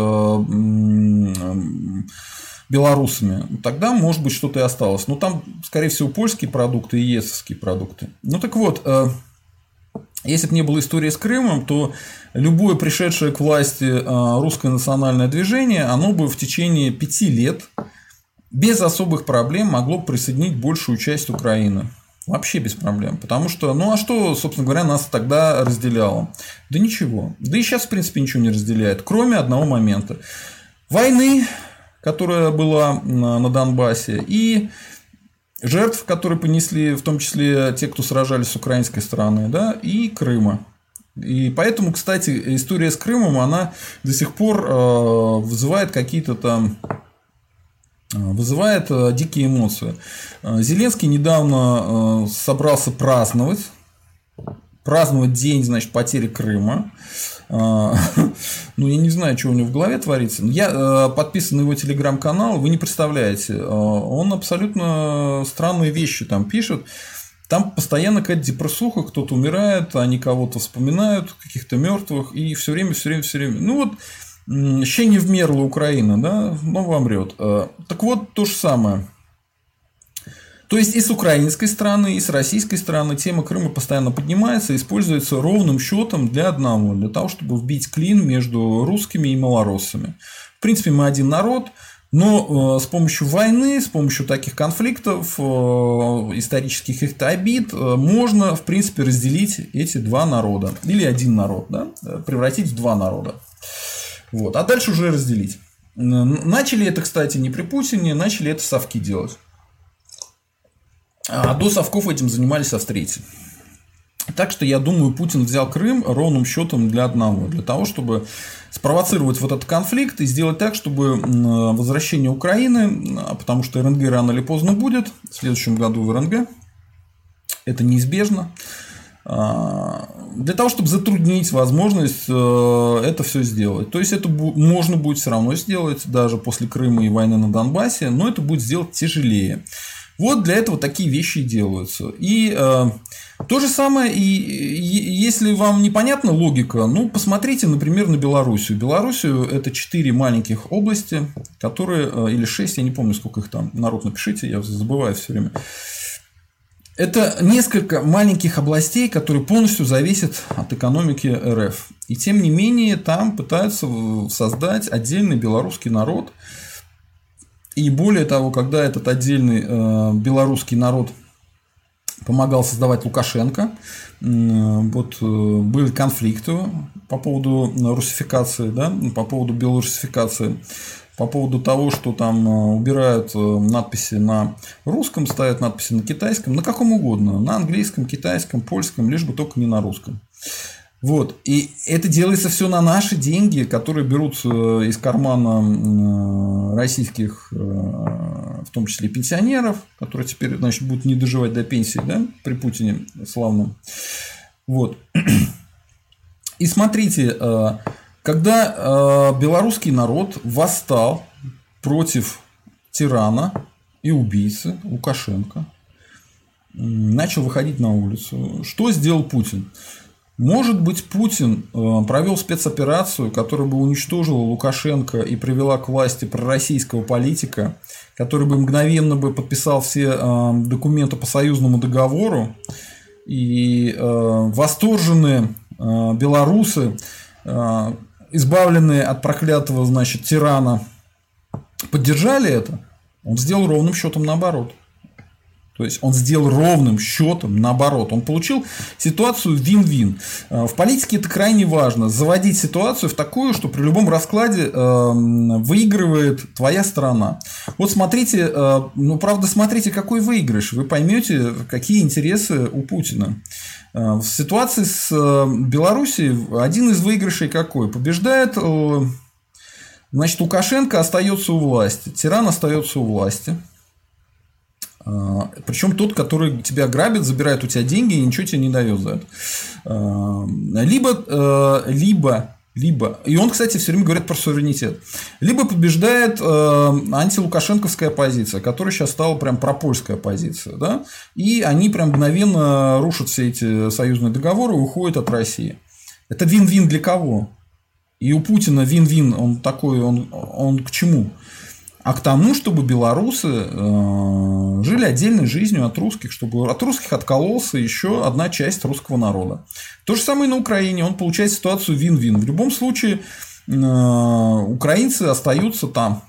белорусами. Тогда, может быть, что-то и осталось. Но там, скорее всего, польские продукты и ЕСовские продукты. Ну так вот, если бы не было истории с Крымом, то любое пришедшее к власти русское национальное движение, оно бы в течение 5 лет без особых проблем могло бы присоединить большую часть Украины. Вообще без проблем. Потому что, ну а что, собственно говоря, нас тогда разделяло? Да ничего. Да и сейчас, в принципе, ничего не разделяет, кроме одного момента. Войны, которая была на Донбассе, и жертв, которые понесли, в том числе те, кто сражались с украинской стороны, да, и Крыма. И поэтому, кстати, история с Крымом, она до сих пор вызывает какие-то там... вызывает дикие эмоции. Зеленский недавно собрался праздновать день, значит, потери Крыма. Ну, я не знаю, что у него в голове творится. Я подписан на его телеграм-канал, вы не представляете. Он абсолютно странные вещи там пишет. Там постоянно какая-то депрессуха, кто-то умирает, они кого-то вспоминают, каких-то мертвых, и все время. Ну вот, еще не вмерла Украина, да, но умрет. Так вот, то же самое. То есть и с украинской стороны, и с российской стороны тема Крыма постоянно поднимается и используется ровным счетом для одного, для того, чтобы вбить клин между русскими и малороссами. В принципе, мы один народ, но с помощью войны, с помощью таких конфликтов, исторических каких-то обид, можно, в принципе, разделить эти два народа. Или один народ, да? Превратить в два народа. Вот. А дальше уже разделить. Начали это, кстати, не при Путине, начали это совки делать. А до совков этим занимались австрийцы. Так что, я думаю, Путин взял Крым ровным счетом для одного. Для того, чтобы спровоцировать вот этот конфликт и сделать так, чтобы возвращение Украины, потому что РНГ рано или поздно будет, в следующем году в РНГ, это неизбежно, для того, чтобы затруднить возможность это все сделать. То есть, это можно будет все равно сделать, даже после Крыма и войны на Донбассе, но это будет сделать тяжелее. Вот для этого такие вещи делаются. И то же самое, и если вам непонятна логика, ну, посмотрите, например, на Белоруссию. Белоруссию – это 4 маленьких области, которые, или 6, я не помню, сколько их там, народ напишите, я забываю все время. Это несколько маленьких областей, которые полностью зависят от экономики РФ. И тем не менее, там пытаются создать отдельный белорусский народ. И более того, когда этот отдельный белорусский народ помогал создавать Лукашенко, вот были конфликты по поводу русификации, да, по поводу белорусификации, по поводу того, что там убирают надписи на русском, ставят надписи на китайском, на каком угодно, на английском, китайском, польском, лишь бы только не на русском. Вот. И это делается все на наши деньги, которые берутся из кармана российских, в том числе пенсионеров, которые теперь, значит, будут не доживать до пенсии, да, при Путине славном. Вот. И смотрите, когда белорусский народ восстал против тирана и убийцы Лукашенко, начал выходить на улицу, что сделал Путин? Может быть, Путин провел спецоперацию, которая бы уничтожила Лукашенко и привела к власти пророссийского политика, который бы мгновенно бы подписал все документы по союзному договору, и восторженные белорусы, избавленные от проклятого, значит, тирана, поддержали это. Он сделал ровным счетом наоборот. То есть, он сделал ровным счетом наоборот. Он получил ситуацию вин-вин. В политике это крайне важно. Заводить ситуацию в такую, что при любом раскладе выигрывает твоя сторона. Вот смотрите, ну, правда, смотрите, какой выигрыш. Вы поймете, какие интересы у Путина. В ситуации с Белоруссией один из выигрышей какой? Побеждает, значит, Лукашенко остается у власти, тиран остается у власти. Причем тот, который тебя грабит, забирает у тебя деньги и ничего тебе не дает за это. Либо, и он, кстати, все время говорит про суверенитет. Либо побеждает антилукашенковская оппозиция, которая сейчас стала прям пропольская оппозиция, да? И они прям мгновенно рушат все эти союзные договоры и уходят от России. Это вин-вин для кого? И у Путина вин-вин, он такой, он к чему? А к тому, чтобы белорусы жили отдельной жизнью от русских, чтобы от русских откололся еще одна часть русского народа. То же самое и на Украине. Он получает ситуацию вин-вин. В любом случае, украинцы остаются там.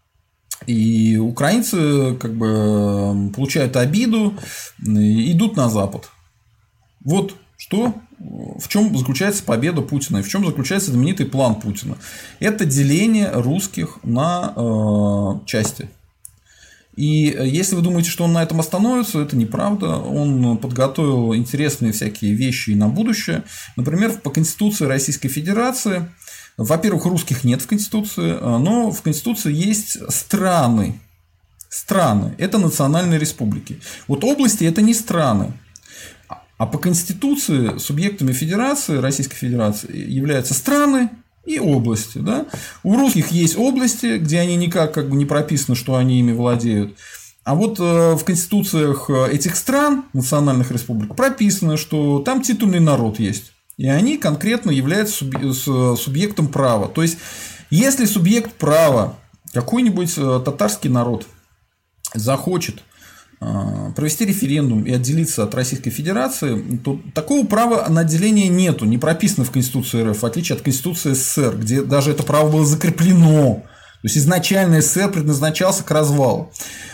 И украинцы как бы получают обиду и идут на Запад. Вот что, в чем заключается победа Путина и в чем заключается знаменитый план Путина. Это деление русских на части. И если вы думаете, что он на этом остановится, это неправда. Он подготовил интересные всякие вещи и на будущее. Например, по Конституции Российской Федерации, во-первых, русских нет в Конституции, но в Конституции есть страны. Страны – это национальные республики. Вот области – это не страны. А по Конституции субъектами Федерации, Российской Федерации являются страны и области. Да? У русских есть области, где они никак как бы не прописано, что они ими владеют. А вот в конституциях этих стран, национальных республик, прописано, что там титульный народ есть. И они конкретно являются субъектом права. То есть, если субъект права, какой-нибудь татарский народ, захочет провести референдум и отделиться от Российской Федерации, то такого права на отделение нету, не прописано в Конституции РФ, в отличие от Конституции СССР, где даже это право было закреплено. То есть, изначально СССР предназначался к развалу.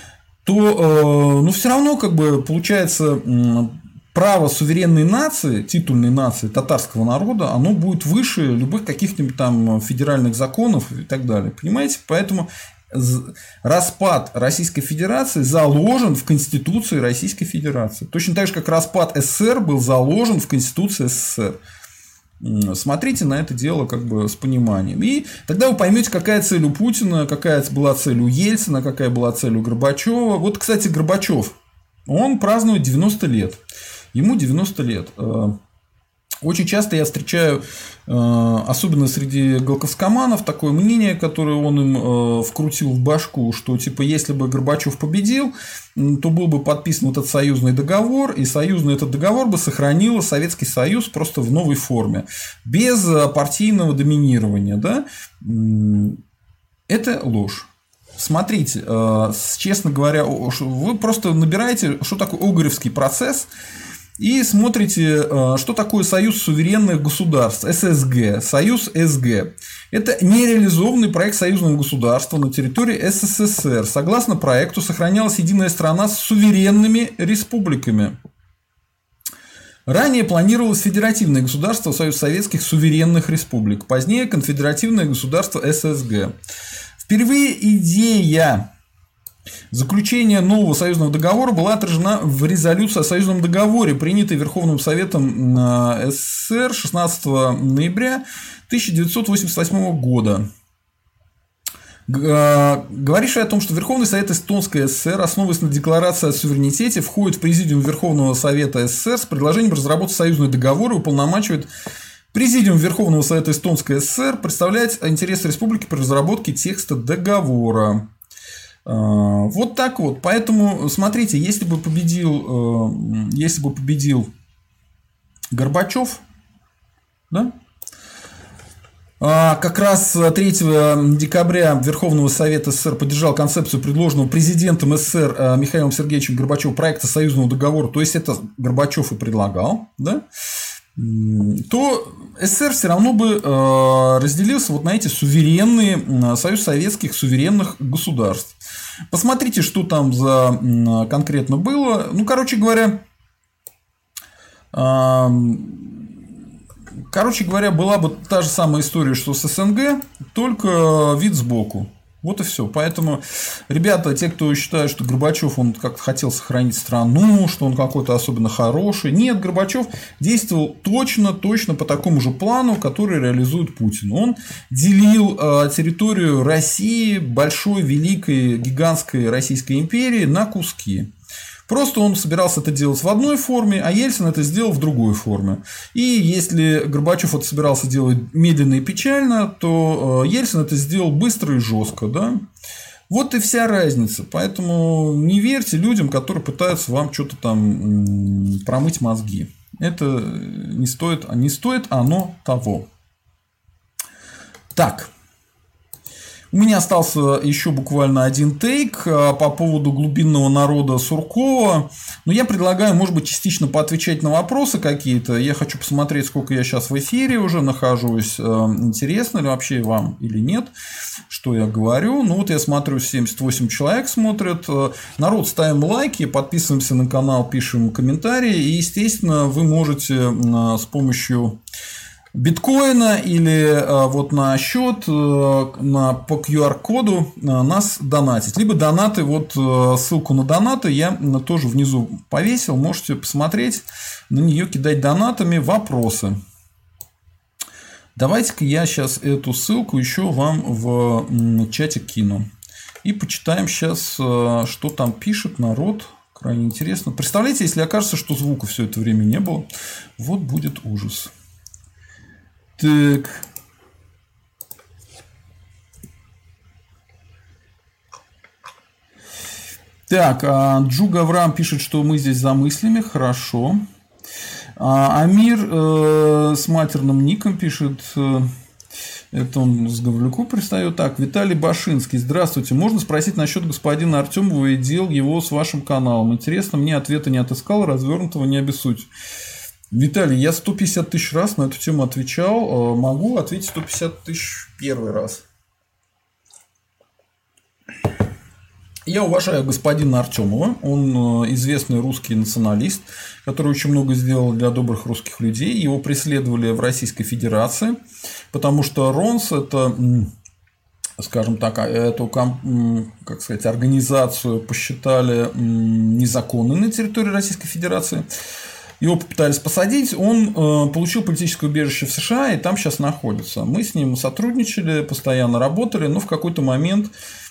То ну, все равно как бы получается право суверенной нации, титульной нации татарского народа, оно будет выше любых каких-нибудь там федеральных законов и так далее. Понимаете? Поэтому распад Российской Федерации заложен в Конституции Российской Федерации. Точно так же, как распад СССР был заложен в Конституции СССР. Смотрите на это дело как бы с пониманием. И тогда вы поймете, какая цель у Путина, какая была цель у Ельцина, какая была цель у Горбачева. Вот, кстати, Горбачев, он празднует 90 лет. Ему 90 лет. Очень часто я встречаю, особенно среди галковскоманов, такое мнение, которое он им вкрутил в башку, что типа если бы Горбачев победил, то был бы подписан вот этот союзный договор, и союзный этот договор бы сохранил Советский Союз просто в новой форме, без партийного доминирования. Да? Это ложь. Смотрите, честно говоря, вы просто набираете, что такое Огаревский процесс, и смотрите, что такое Союз суверенных государств, ССГ, Союз СГ. Это нереализованный проект союзного государства на территории СССР. Согласно проекту, сохранялась единая страна с суверенными республиками. Ранее планировалось федеративное государство, Союз Советских Суверенных Республик. Позднее конфедеративное государство ССГ. Впервые идея заключения нового союзного договора была отражена в резолюции о союзном договоре, принятой Верховным Советом СССР 16 ноября 1988 года. Говорившая о том, что Верховный Совет Эстонской ССР, основываясь на декларации о суверенитете, входит в Президиум Верховного Совета СССР с предложением разработать союзный договор и уполномачивает Президиум Верховного Совета Эстонской ССР представлять интересы республики при разработке текста договора. Вот так вот. Поэтому, смотрите, если бы победил Горбачев, да? Как раз 3 декабря Верховного Совета СССР поддержал концепцию, предложенного президентом СССР Михаилом Сергеевичем Горбачевым проекта союзного договора, то есть это Горбачев и предлагал, да? То СССР все равно бы разделился вот на эти суверенные, союз советских суверенных государств. Посмотрите, что там за конкретно было. Ну, короче говоря, была бы та же самая история, что с СНГ, только вид сбоку. Вот и все. Поэтому, ребята, те, кто считает, что Горбачев он как-то хотел сохранить страну, что он какой-то особенно хороший. Нет, Горбачев действовал точно по такому же плану, который реализует Путин. Он делил территорию России, большой, великой, гигантской Российской империи на куски. Просто он собирался это делать в одной форме, а Ельцин это сделал в другой форме. И если Горбачев это собирался делать медленно и печально, то Ельцин это сделал быстро и жестко. Да? Вот и вся разница. Поэтому не верьте людям, которые пытаются вам что-то там промыть мозги. Это не стоит оно того. Так. У меня остался еще буквально один тейк по поводу глубинного народа Суркова. Но я предлагаю, может быть, частично поотвечать на вопросы какие-то. Я хочу посмотреть, сколько я сейчас в эфире уже нахожусь. Интересно ли вообще вам или нет, что я говорю. Ну вот я смотрю, 78 человек смотрят. Народ, ставим лайки, подписываемся на канал, пишем комментарии. И, естественно, вы можете с помощью биткоина или вот на счет по QR-коду нас донатить. Либо донаты, вот ссылку на донаты я тоже внизу повесил. Можете посмотреть, на нее кидать донатами вопросы. Давайте-ка я сейчас эту ссылку еще вам в чатик кину. И почитаем сейчас, что там пишет народ. Крайне интересно. Представляете, если окажется, что звука все это время не было, вот будет ужас. Так. Так, Джуга Авраам пишет, что мы здесь за мыслями. Хорошо. Амир с матерным ником пишет. Это он с Гаврилюку пристает. Так, Виталий Башинский. Здравствуйте. Можно спросить насчет господина Артемова и дел его с вашим каналом? Интересно, мне ответа не отыскал, развернутого не обессудь. Виталий, я 150 тысяч раз на эту тему отвечал. Могу ответить 150 тысяч первый раз. Я уважаю господина Артемова. Он известный русский националист, который очень много сделал для добрых русских людей. Его преследовали в Российской Федерации, потому что РОНС – это скажем так, эту, как сказать, организацию посчитали незаконной на территории Российской Федерации. Его попытались посадить, он получил политическое убежище в США и там сейчас находится. Мы с ним сотрудничали, постоянно работали, но в какой-то момент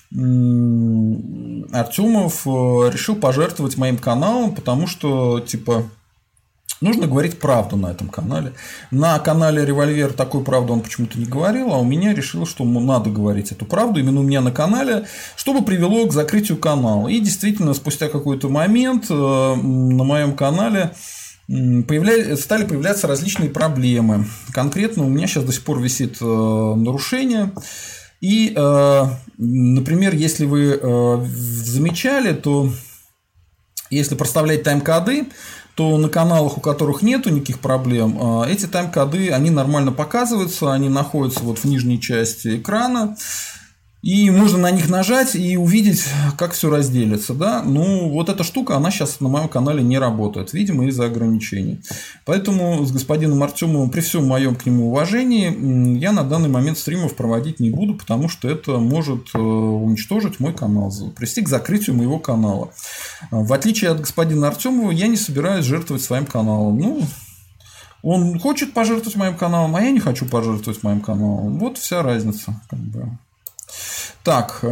Артемов решил пожертвовать моим каналом, потому что, типа, нужно говорить правду на этом канале. На канале «Револьвер» такой правду он почему-то не говорил, а у меня решил, что надо говорить эту правду именно у меня на канале, чтобы привело к закрытию канала. И действительно, спустя какой-то момент на моем канале стали появляться различные проблемы. Конкретно у меня сейчас до сих пор висит нарушение. И, например, если вы замечали, то если проставлять тайм-коды, то на каналах, у которых нету никаких проблем, эти тайм-коды, они нормально показываются, они находятся вот в нижней части экрана, и можно на них нажать и увидеть, как все разделится. Да? Ну, вот эта штука, она сейчас на моем канале не работает, видимо, из-за ограничений. Поэтому с господином Артемовым, при всем моем к нему уважении, я на данный момент стримов проводить не буду, потому что это может уничтожить мой канал, привести к закрытию моего канала. В отличие от господина Артемова, я не собираюсь жертвовать своим каналом. Ну, он хочет пожертвовать моим каналом, а я не хочу пожертвовать моим каналом. Вот вся разница. Как бы. Так,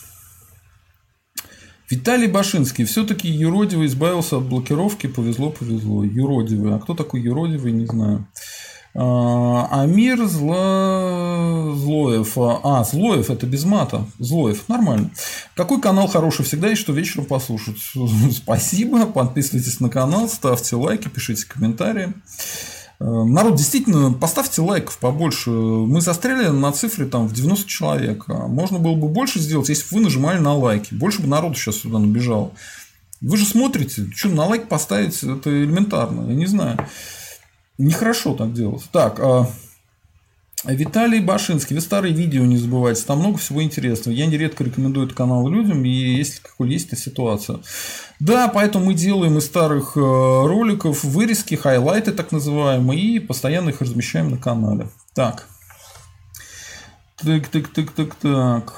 Виталий Башинский. Все-таки юродивый избавился от блокировки. Повезло. Юродивый. А кто такой юродивый, не знаю. Амир Злоев. Злоев, это без мата. Злоев, нормально. Какой канал хороший? Всегда есть что вечером послушать. Спасибо. Подписывайтесь на канал, ставьте лайки, пишите комментарии. Народ, действительно, поставьте лайков побольше. Мы застряли на цифре там, в 90 человек. Можно было бы больше сделать, если бы вы нажимали на лайки. Больше бы народу сейчас сюда набежало. Вы же смотрите, что на лайк поставить, это элементарно. Я не знаю. Нехорошо так делать. Так, Виталий Башинский. Вы старые видео не забывайте. Там много всего интересного. Я нередко рекомендую этот канал людям, и если какой есть ситуация. Да, поэтому мы делаем из старых роликов вырезки, хайлайты так называемые, и постоянно их размещаем на канале. Так. Так.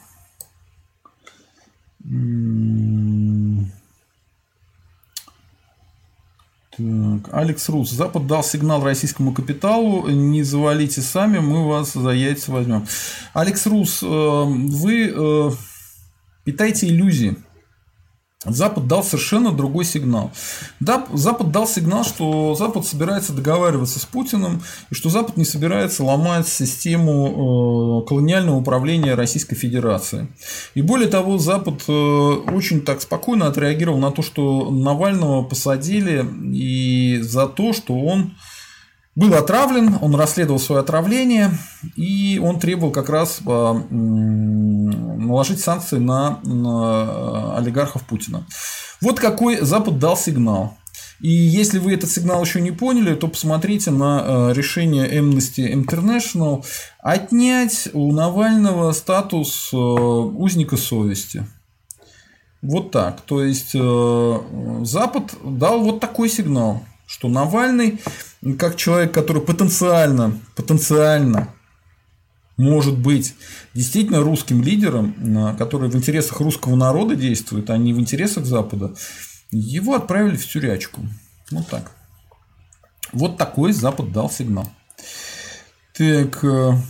Так, Алекс Рус. Запад дал сигнал российскому капиталу. Не завалите сами, мы вас за яйца возьмем. Алекс Рус, вы питаете иллюзии. Запад дал совершенно другой сигнал. Да, Запад дал сигнал, что Запад собирается договариваться с Путиным, и что Запад не собирается ломать систему колониального управления Российской Федерации. И более того, Запад очень так спокойно отреагировал на то, что Навального посадили и за то, что он был отравлен, он расследовал свое отравление, и он требовал как раз наложить санкции на олигархов Путина. Вот какой Запад дал сигнал. И если вы этот сигнал еще не поняли, то посмотрите на решение Amnesty International отнять у Навального статус узника совести. Вот так. То есть Запад дал вот такой сигнал, что Навальный, как человек, который потенциально может быть действительно русским лидером, который в интересах русского народа действует, а не в интересах Запада, его отправили в тюрячку. Вот так. Вот такой Запад дал сигнал. Так.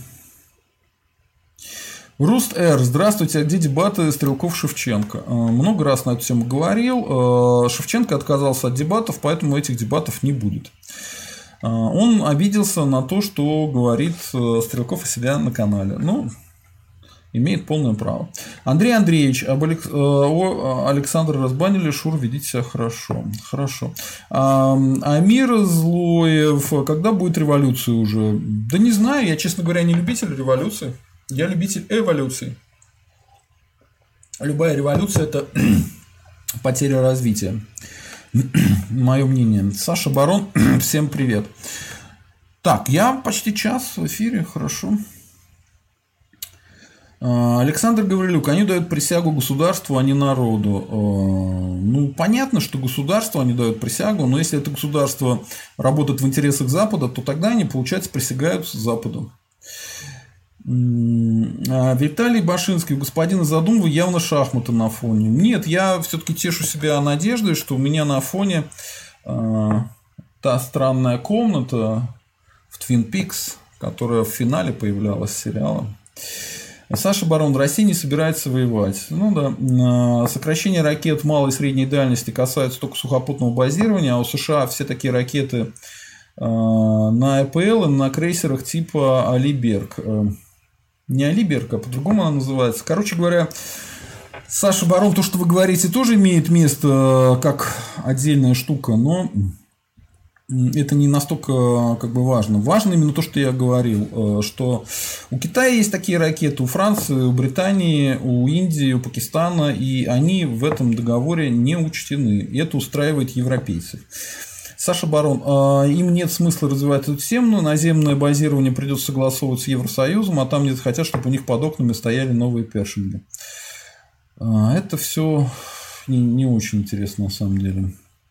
Руст Р. Здравствуйте. А где дебаты Стрелков-Шевченко? Много раз на эту тему говорил. Шевченко отказался от дебатов, поэтому этих дебатов не будет. Он обиделся на то, что говорит Стрелков о себя на канале. Ну, имеет полное право. Андрей Андреевич, Александра разбанили, Шур, ведите себя хорошо. Хорошо. Амир Злоев, когда будет революция уже? Да не знаю, я, честно говоря, не любитель революции. Я любитель эволюции. Любая революция – это потеря развития. Мое мнение. Саша Барон, всем привет. Так, я почти час в эфире, хорошо. Александр Гаврилюк, они дают присягу государству, а не народу. Ну, понятно, что государству они дают присягу, но если это государство работает в интересах Запада, то тогда они, получается, присягают Западу. Виталий Башинский, у господина Задумова явно шахматы на фоне. Нет, я все-таки тешу себя надеждой, что у меня на фоне та странная комната в Twin Peaks, которая в финале появлялась сериала. Саша Барон, Россия не собирается воевать. Ну да. Сокращение ракет малой и средней дальности касается только сухопутного базирования, а у США все такие ракеты на ЭПЛ и на крейсерах типа Алиберг. Не Алиберг, а по-другому она называется. Короче говоря, Саша Барон, то, что вы говорите, тоже имеет место как отдельная штука, но это не настолько важно. Важно именно то, что я говорил, что у Китая есть такие ракеты, у Франции, у Британии, у Индии, у Пакистана, и они в этом договоре не учтены. И это устраивает европейцев. Саша Барон, им нет смысла развивать эту тему, наземное базирование придется согласовывать с Евросоюзом, а там где-то хотят, чтобы у них под окнами стояли новые першинги. Это все не очень интересно на самом деле.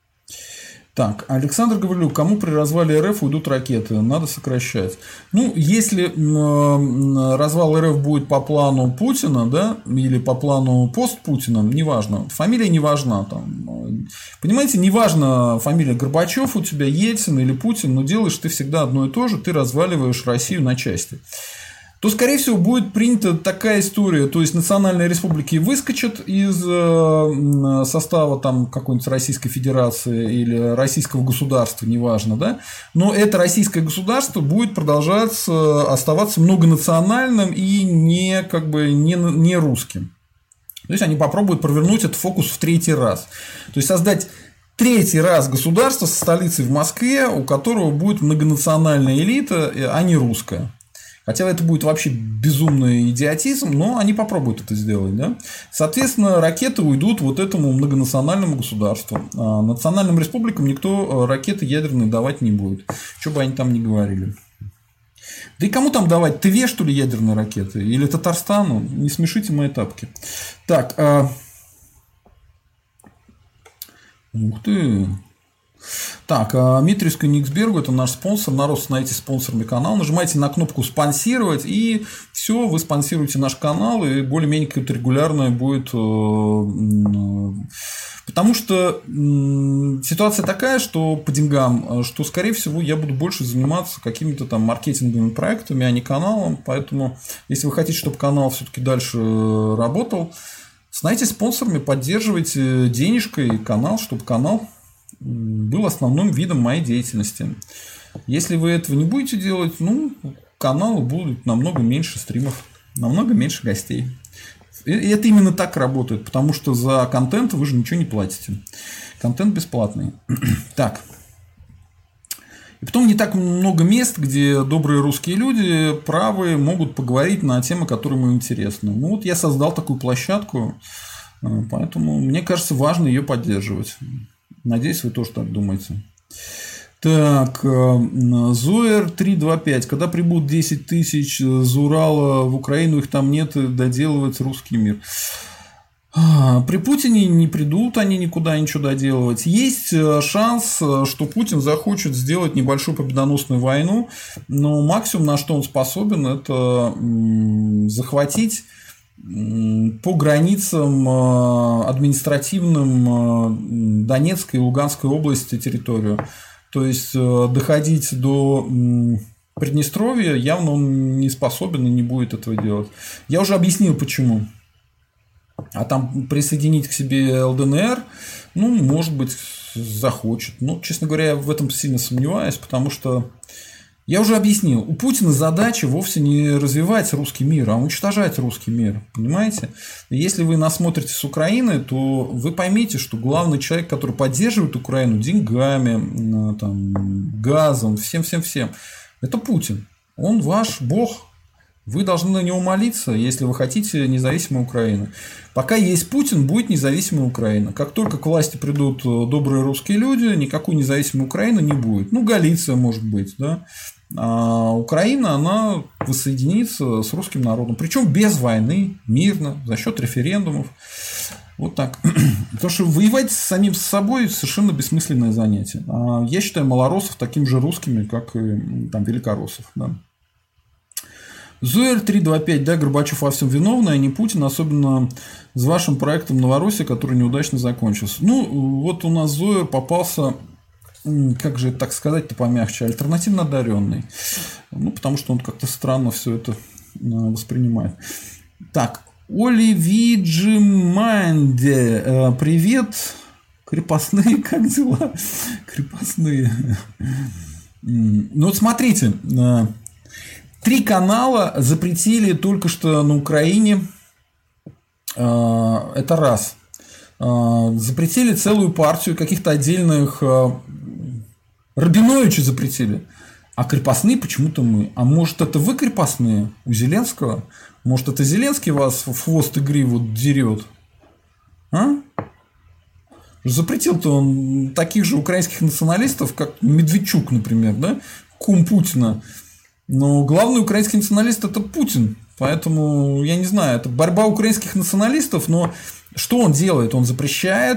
Так, Александр Гаврилюк, кому при развале РФ уйдут ракеты? Надо сокращать. Ну, если развал РФ будет по плану Путина, да, или по плану пост-Путина, неважно. Фамилия не важна. Там, понимаете, неважно, фамилия Горбачев у тебя, Ельцин или Путин, но делаешь ты всегда одно и то же, ты разваливаешь Россию на части. То, скорее всего, будет принята такая история, то есть национальные республики выскочат из состава там, какой-нибудь Российской Федерации или российского государства, неважно, да, но это российское государство будет продолжать оставаться многонациональным и не русским. То есть они попробуют провернуть этот фокус в третий раз. То есть создать третий раз государство со столицей в Москве, у которого будет многонациональная элита, а не русская. Хотя это будет вообще безумный идиотизм, но они попробуют это сделать. Да? Соответственно, ракеты уйдут вот этому многонациональному государству. А национальным республикам никто ракеты ядерные давать не будет. Что бы они там ни говорили. Да и кому там давать? Тыве, что ли, ядерные ракеты? Или Татарстану? Не смешите мои тапки. Так. Ух ты. Так, Митрис Кёнигсбергу, это наш спонсор. Народ, становитесь спонсорами канала. Нажимайте на кнопку «Спонсировать», и все, вы спонсируете наш канал, и более-менее какое-то регулярное будет. Потому что ситуация такая, что по деньгам, что, скорее всего, я буду больше заниматься какими-то там маркетинговыми проектами, а не каналом. Поэтому, если вы хотите, чтобы канал все-таки дальше работал, становитесь спонсорами, поддерживайте денежкой канал, чтобы канал был основным видом моей деятельности. Если вы этого не будете делать, каналу будет намного меньше стримов, намного меньше гостей. И это именно так работает, потому что за контент вы же ничего не платите. Контент бесплатный. Так. И потом не так много мест, где добрые русские люди, правые, могут поговорить на темы, которые им интересны. Вот я создал такую площадку, поэтому мне кажется, важно ее поддерживать. Надеюсь, вы тоже так думаете. Так, Зоер 325. Когда прибудут 10 тысяч с Урала в Украину, их там нет, доделывать русский мир. При Путине не придут они никуда ничего доделывать. Есть шанс, что Путин захочет сделать небольшую победоносную войну, но максимум, на что он способен, это захватить по границам административным Донецкой и Луганской области территорию. То есть доходить до Приднестровья явно он не способен и не будет этого делать. Я уже объяснил, почему. А там присоединить к себе ЛДНР, может быть, захочет. Честно говоря, я в этом сильно сомневаюсь, потому что я уже объяснил, у Путина задача вовсе не развивать русский мир, а уничтожать русский мир. Понимаете? Если вы нас смотрите с Украины, то вы поймите, что главный человек, который поддерживает Украину деньгами, газом, всем, это Путин. Он ваш бог. Вы должны на него молиться, если вы хотите независимой Украины. Пока есть Путин, будет независимая Украина. Как только к власти придут добрые русские люди, никакой независимой Украины не будет. Галиция может быть, да. А Украина, она воссоединится с русским народом. Причем без войны, мирно, за счет референдумов. Вот так. Потому что воевать с самим собой совершенно бессмысленное занятие. Я считаю малороссов такими же русскими, как и великороссов. Да. Зоер 325, да, Горбачев во всем виновный, а не Путин, особенно с вашим проектом Новороссия, который неудачно закончился. Ну, вот у нас Зоер попался, как же так сказать-то помягче, альтернативно одаренный. Ну, потому что он как-то странно все это воспринимает. Так, Оливиджи Манде, привет, крепостные, как дела? Крепостные. Ну, вот смотрите, 3 канала запретили только что на Украине. Это раз. Запретили целую партию каких-то отдельных. Рабиновича запретили. А крепостные почему-то мы. А может, это вы крепостные у Зеленского? Может, это Зеленский вас в хвост и гриву дерет? А? Запретил-то он таких же украинских националистов, как Медведчук, например, да? Кум Путина. Но главный украинский националист – это Путин. Поэтому, я не знаю, это борьба украинских националистов, но что он делает? Он запрещает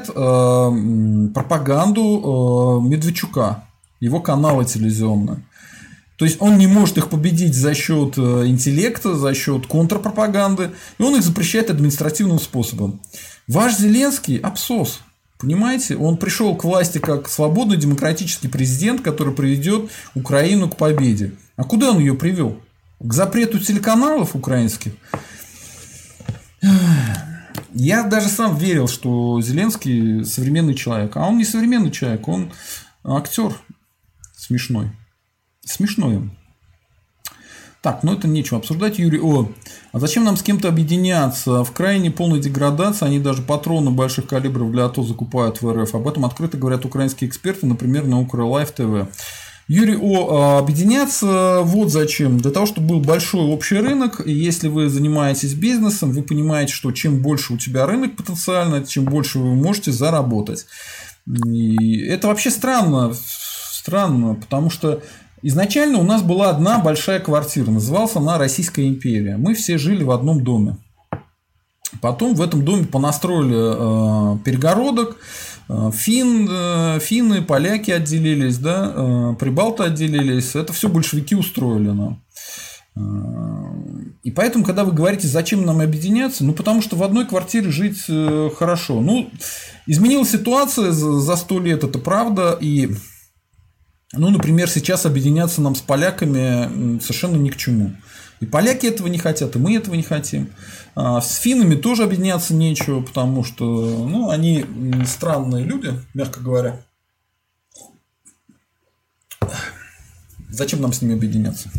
пропаганду Медведчука, его канала телевизионные. То есть он не может их победить за счет интеллекта, за счет контрпропаганды, и он их запрещает административным способом. Ваш Зеленский – абсос. Понимаете, он пришел к власти как свободный демократический президент, который приведет Украину к победе. А куда он ее привел? К запрету телеканалов украинских? Я даже сам верил, что Зеленский современный человек. А он не современный человек, он актер смешной. Смешной он. Так, ну это нечего обсуждать, Юрий. А зачем нам с кем-то объединяться? В крайне полной деградации они даже патроны больших калибров для АТО закупают в РФ. Об этом открыто говорят украинские эксперты, например, на Укрлайф ТВ. Юрий, объединяться вот зачем. Для того, чтобы был большой общий рынок. И если вы занимаетесь бизнесом, вы понимаете, что чем больше у тебя рынок потенциально, чем больше вы можете заработать. И это вообще странно, потому что изначально у нас была одна большая квартира, называлась она Российская империя. Мы все жили в одном доме. Потом в этом доме понастроили перегородок, финны, поляки отделились, да, прибалты отделились. Это все большевики устроили нам. И поэтому, когда вы говорите, зачем нам объединяться, ну, потому что в одной квартире жить хорошо. Ну, изменилась ситуация за 100 лет, это правда, и... Ну, например, сейчас объединяться нам с поляками совершенно ни к чему. И поляки этого не хотят, и мы этого не хотим. С финнами тоже объединяться нечего, потому что ну, они странные люди, мягко говоря. Зачем нам с ними объединяться?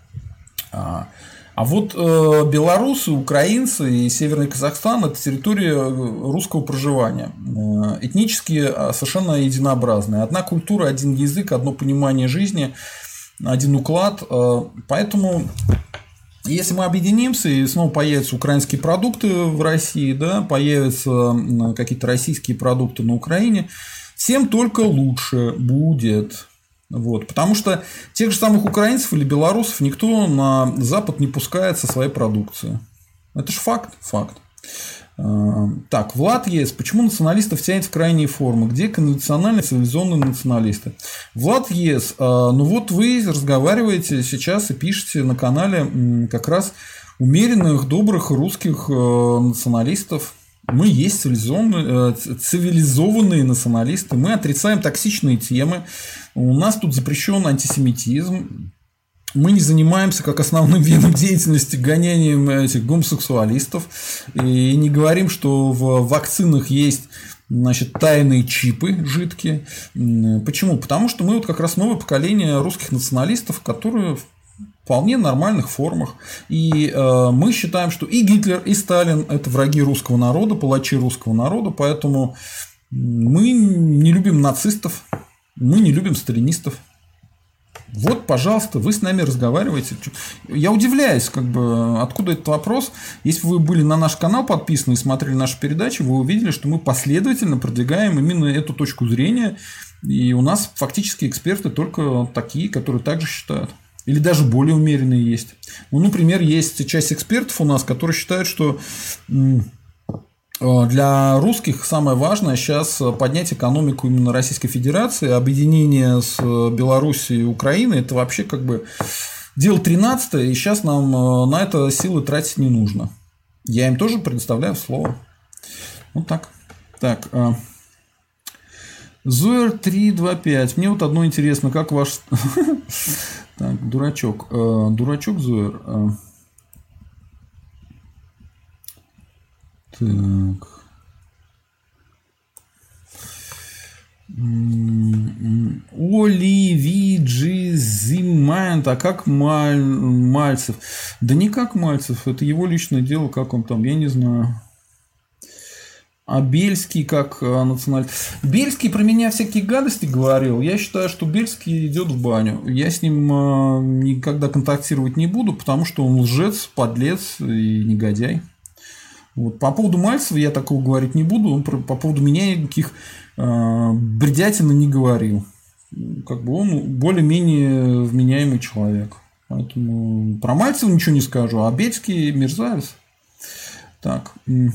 А вот белорусы, украинцы и Северный Казахстан – это территория русского проживания. Этнически совершенно единообразные. Одна культура, один язык, одно понимание жизни, один уклад. Поэтому, если мы объединимся и снова появятся украинские продукты в России, да, появятся какие-то российские продукты на Украине, всем только лучше будет. Вот, потому что тех же самых украинцев или белорусов никто на Запад не пускает со своей продукцией. Это же факт. Так, Влад ЕС. Почему националистов тянет в крайние формы? Где конвенциональные цивилизованные националисты? Влад ЕС. Ну вот вы разговариваете сейчас и пишете на канале как раз умеренных, добрых русских националистов. Мы есть цивилизованные националисты, мы отрицаем токсичные темы, у нас тут запрещен антисемитизм, мы не занимаемся как основным видом деятельности гонянием этих гомосексуалистов и не говорим, что в вакцинах есть, значит, тайные чипы жидкие. Почему? Потому что мы вот как раз новое поколение русских националистов, которые в вполне нормальных формах. И мы считаем, что и Гитлер, и Сталин – это враги русского народа, палачи русского народа, поэтому мы не любим нацистов, мы не любим сталинистов. Вот, пожалуйста, вы с нами разговариваете. Я удивляюсь, откуда этот вопрос. Если вы были на наш канал подписаны и смотрели наши передачи, вы увидели, что мы последовательно продвигаем именно эту точку зрения. И у нас фактически эксперты только такие, которые также считают. Или даже более умеренные есть. Ну, например, есть часть экспертов у нас, которые считают, что для русских самое важное сейчас поднять экономику именно Российской Федерации, объединение с Белоруссией и Украиной – это вообще дело 13-е, и сейчас нам на это силы тратить не нужно. Я им тоже предоставляю слово. Вот так. Так. Зоер 325. Мне вот одно интересно, как ваш... Так, дурачок. Дурачок Зоер. Так. Оливиджи Зимайнт. А как Мальцев? Да не как Мальцев. Это его личное дело, как он там, я не знаю. А Бельский как националист? Бельский про меня всякие гадости говорил. Я считаю, что Бельский идет в баню. Я с ним никогда контактировать не буду, потому что он лжец, подлец и негодяй. Вот. По поводу Мальцева я такого говорить не буду. Он по поводу меня никаких бредятин не говорил. Как бы он более-менее вменяемый человек. Поэтому про Мальцева ничего не скажу. А Бельский мерзавец. Так.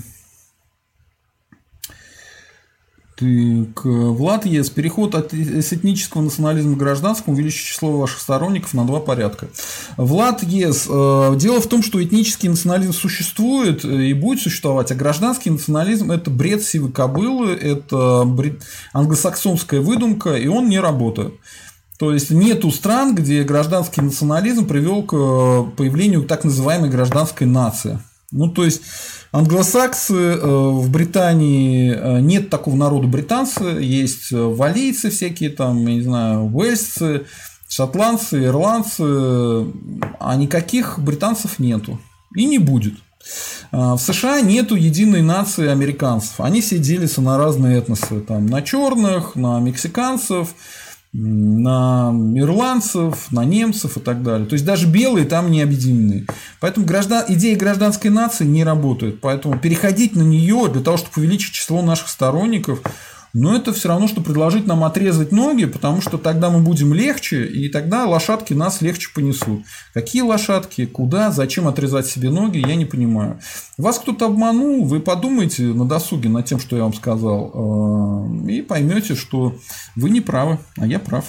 Так, Влад Ес. Переход с этнического национализма к гражданскому увеличит число ваших сторонников на 2 порядка. Влад Ес. Дело в том, что этнический национализм существует и будет существовать, а гражданский национализм – это бред сивой кобылы, это англосаксонская выдумка, и он не работает. То есть нету стран, где гражданский национализм привел к появлению так называемой гражданской нации. Ну, то есть англосаксы, в Британии нет такого народа британцы, есть валлийцы всякие, там, я не знаю, уэльсцы, шотландцы, ирландцы, а никаких британцев нету и не будет. В США нету единой нации американцев, они все делятся на разные этносы, там, на черных, на мексиканцев, на ирландцев, на немцев и так далее. То есть даже белые там не объединены. Поэтому идея гражданской нации не работает. Поэтому переходить на нее для того, чтобы увеличить число наших сторонников, но это все равно, что предложить нам отрезать ноги, потому что тогда мы будем легче, и тогда лошадки нас легче понесут. Какие лошадки, куда, зачем отрезать себе ноги, я не понимаю. Вас кто-то обманул, вы подумайте на досуге над тем, что я вам сказал, и поймете, что вы не правы, а я прав.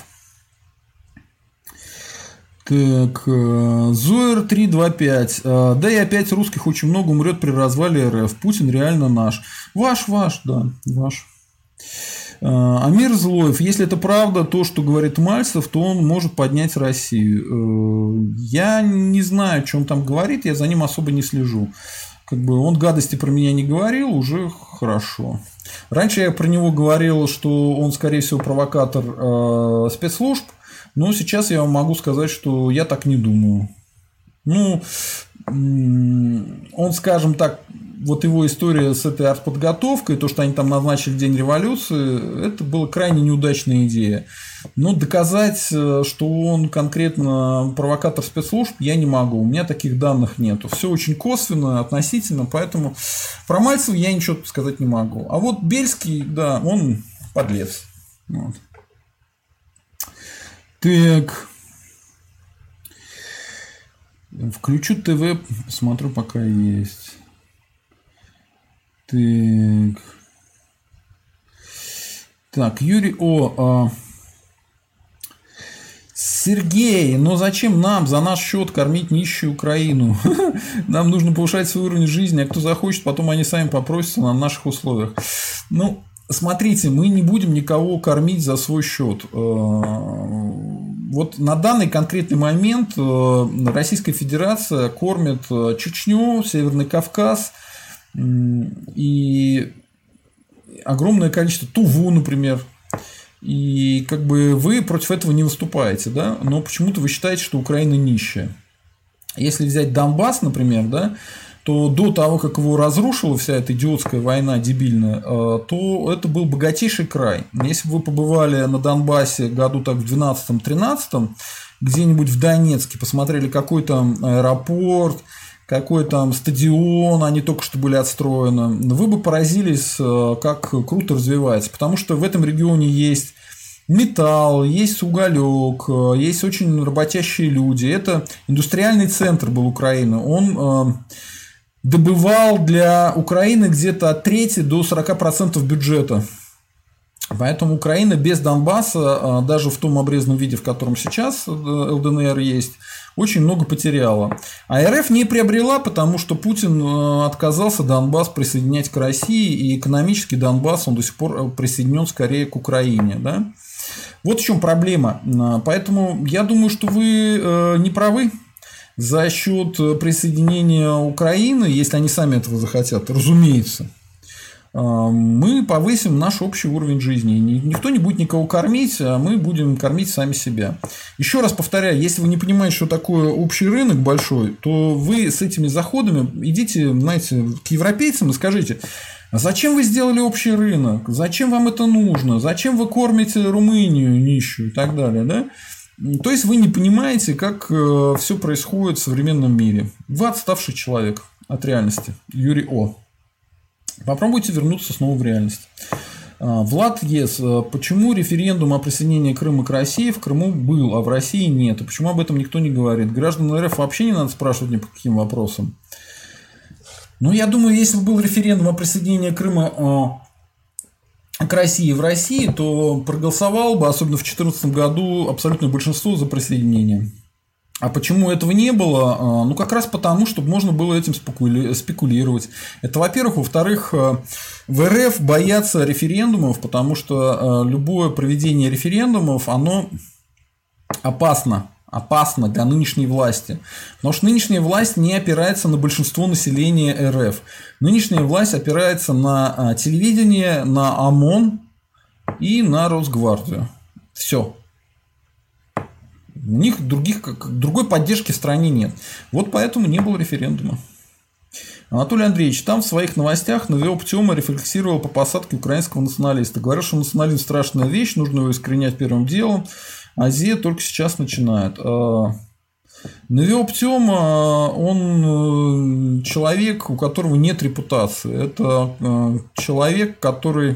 Так, Зоер 325. Да и опять русских очень много умрет при развале РФ. Путин реально наш. Ваш, да, ваш. Амир Злоев. Если это правда, то, что говорит Мальцев, то он может поднять Россию. Я не знаю, что он там говорит, я за ним особо не слежу. Как бы он гадости про меня не говорил, уже хорошо. Раньше я про него говорил, что он, скорее всего, провокатор спецслужб, но сейчас я вам могу сказать, что я так не думаю. Ну, он, скажем так, вот его история с этой артподготовкой, то, что они там назначили День революции, это была крайне неудачная идея. Но доказать, что он конкретно провокатор спецслужб, я не могу. У меня таких данных нету. Все очень косвенно, относительно, поэтому про Мальцева я ничего сказать не могу. А вот Бельский, да, он подлец. Вот. Так. Включу ТВ, смотрю, пока есть. Так, Юрий Сергей, но зачем нам за наш счет кормить нищую Украину? Нам нужно повышать свой уровень жизни, а кто захочет, потом они сами попросятся на наших условиях. Ну, смотрите, мы не будем никого кормить за свой счет. Вот на данный конкретный момент Российская Федерация кормит Чечню, Северный Кавказ и огромное количество Туву, например. И как бы вы против этого не выступаете, да? Но почему-то вы считаете, что Украина нищая. Если взять Донбасс, например, да, то до того, как его разрушила вся эта идиотская война дебильная, то это был богатейший край. Если бы вы побывали на Донбассе году так в 12-13, где-нибудь в Донецке, посмотрели, какой там аэропорт, какой там стадион, они только что были отстроены, вы бы поразились, как круто развивается. Потому что в этом регионе есть металл, есть уголек, есть очень работящие люди. Это индустриальный центр был Украины. Он добывал для Украины где-то от 3 до 40% бюджета. Поэтому Украина без Донбасса, даже в том обрезанном виде, в котором сейчас ЛДНР есть, очень много потеряла. А РФ не приобрела, потому что Путин отказался Донбасс присоединять к России, и экономически Донбасс он до сих пор присоединен скорее к Украине. Да? Вот в чем проблема. Поэтому я думаю, что вы не правы. За счет присоединения Украины, если они сами этого захотят, разумеется, мы повысим наш общий уровень жизни. Никто не будет никого кормить, а мы будем кормить сами себя. Еще раз повторяю, если вы не понимаете, что такое общий рынок большой, то вы с этими заходами идите, знаете, к европейцам и скажите: а зачем вы сделали общий рынок? Зачем вам это нужно? Зачем вы кормите Румынию нищую и так далее? Да? То есть вы не понимаете, как все происходит в современном мире. Вы отставший человек от реальности. Юрий О. Попробуйте вернуться снова в реальность. Влад Ес. Почему референдум о присоединении Крыма к России в Крыму был, а в России нет? И почему об этом никто не говорит? Граждан РФ вообще не надо спрашивать ни по каким вопросам. Ну, я думаю, если бы был референдум о присоединении Крыма к России в России, то проголосовало бы, особенно в 2014 году, абсолютное большинство за присоединение. А почему этого не было? Ну, как раз потому, чтобы можно было этим спекулировать. Это, во-первых. Во-вторых, в РФ боятся референдумов, потому что любое проведение референдумов, оно опасно для нынешней власти. Потому что нынешняя власть не опирается на большинство населения РФ. Нынешняя власть опирается на телевидение, на ОМОН и на Росгвардию. Все. У них другой поддержки в стране нет. Вот поэтому не было референдума. Анатолий Андреевич, там в своих новостях НВО Птема рефлексировал по посадке украинского националиста. Говорят, что национализм страшная вещь, нужно его искоренять первым делом. Азия только сейчас начинает. НВО Птема, он человек, у которого нет репутации. Это человек, который...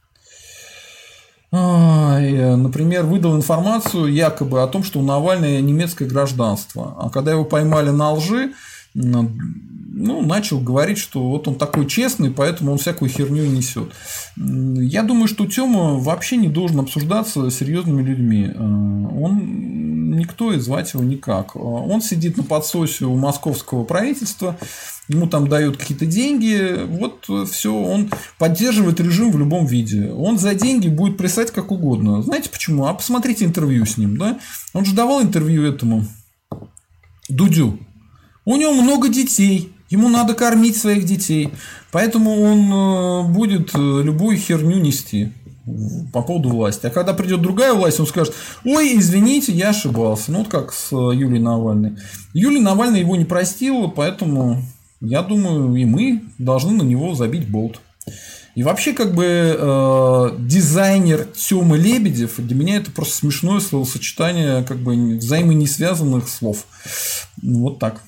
например, выдал информацию якобы о том, что у Навального немецкое гражданство. А когда его поймали на лжи, начал говорить, что вот он такой честный, поэтому он всякую херню несет. Я думаю, что Тёма вообще не должен обсуждаться серьезными людьми. Он никто, и звать его никак. Он сидит на подсосе у московского правительства, ему там дают какие-то деньги, вот все, он поддерживает режим в любом виде. Он за деньги будет плясать как угодно. Знаете почему? А посмотрите интервью с ним. Да? Он же давал интервью этому Дудю. У него много детей, ему надо кормить своих детей, поэтому он будет любую херню нести по поводу власти. А когда придет другая власть, он скажет: ой, извините, я ошибался. Ну, вот как с Юлией Навальной. Юлия Навальная его не простила, поэтому, я думаю, и мы должны на него забить болт. И вообще, дизайнер Тёмы Лебедев, для меня это просто смешное словосочетание взаимонесвязанных слов. Вот так.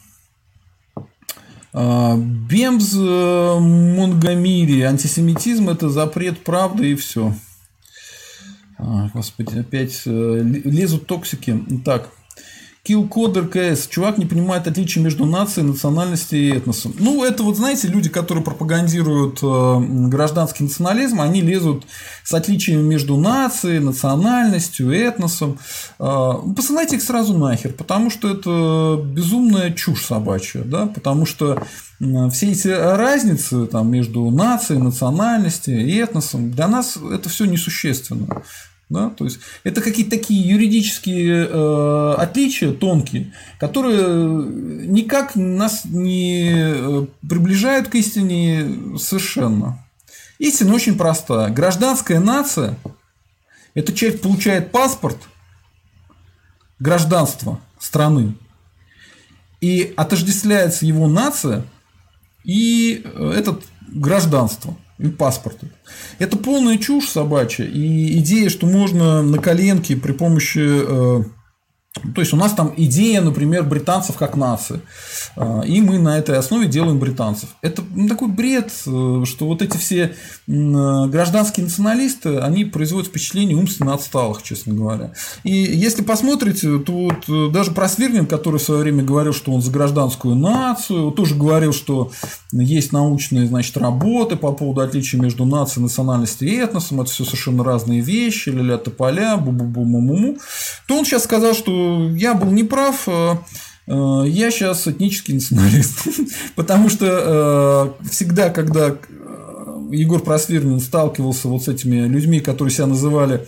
Бемз Монгомири. Антисемитизм – это запрет правды, и все. Господи, опять лезут токсики. Так. Киллкодер КС. Чувак не понимает отличия между нацией, национальностью и этносом. Ну, это вот, знаете, люди, которые пропагандируют гражданский национализм, они лезут с отличиями между нацией, национальностью, этносом. Посылайте их сразу нахер, потому что это безумная чушь собачья. Да? Потому что все эти разницы там, между нацией, национальностью и этносом для нас это все несущественно. Да? То есть это какие-то такие юридические отличия тонкие, которые никак нас не приближают к истине совершенно. Истина очень простая. Гражданская нация – это человек получает паспорт, гражданство страны, и отождествляется его нация и это гражданство. И паспорт. Это полная чушь собачья. И идея, что можно на коленке при помощи То есть у нас там идея, например, британцев как нации, и мы на этой основе делаем британцев. Это такой бред, что вот эти все гражданские националисты, они производят впечатление умственно отсталых, честно говоря. И если посмотрите, то вот даже Просвирнин, который в свое время говорил, что он за гражданскую нацию, тоже говорил, что есть научные, значит, работы по поводу отличия между нацией, национальностью и этносом, это все совершенно разные вещи, ля-ля тополя, бу-бу-бу-му-му-му, то он сейчас сказал, что я был неправ, я сейчас этнический националист. Потому что всегда, когда Егор Просвирнин сталкивался вот с этими людьми, которые себя называли,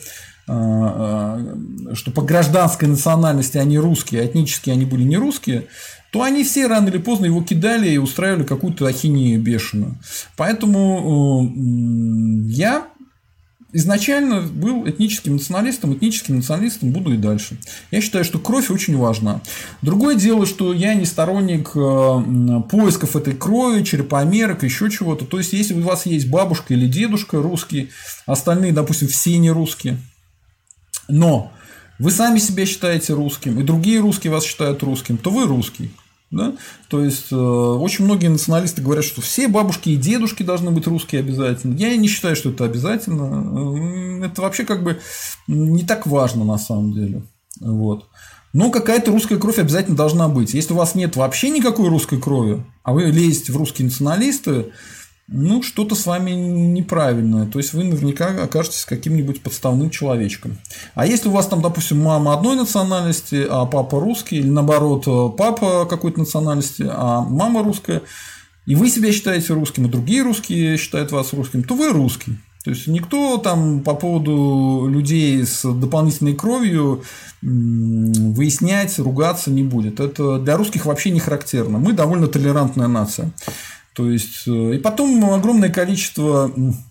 что по гражданской национальности они русские, а этнически они были не русские, то они все рано или поздно его кидали и устраивали какую-то ахинею бешеную. Поэтому я изначально был этническим националистом буду и дальше. Я считаю, что кровь очень важна. Другое дело, что я не сторонник поисков этой крови, черепомерок, еще чего-то. То есть, если у вас есть бабушка или дедушка русские, остальные, допустим, все не русские, но вы сами себя считаете русским, и другие русские вас считают русским, то вы русский. Да? То есть, очень многие националисты говорят, что все бабушки и дедушки должны быть русские обязательно. Я не считаю, что это обязательно. Это вообще как бы не так важно на самом деле. Вот. Но какая-то русская кровь обязательно должна быть. Если у вас нет вообще никакой русской крови, а вы лезете в русские националисты, ну, что-то с вами неправильное. То есть, вы наверняка окажетесь каким-нибудь подставным человечком. А если у вас там, допустим, мама одной национальности, а папа русский, или наоборот, папа какой-то национальности, а мама русская, и вы себя считаете русским, и другие русские считают вас русским, то вы русский. То есть, никто там по поводу людей с дополнительной кровью выяснять, ругаться не будет. Это для русских вообще не характерно. Мы довольно толерантная нация. То есть, и потом огромное количество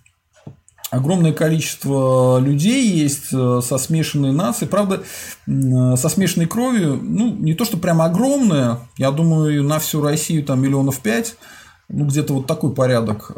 людей есть со смешанной нацией. Правда, со смешанной кровью, ну, не то, что прям огромное, я думаю, на всю Россию там 5 миллионов, ну, где-то вот такой порядок.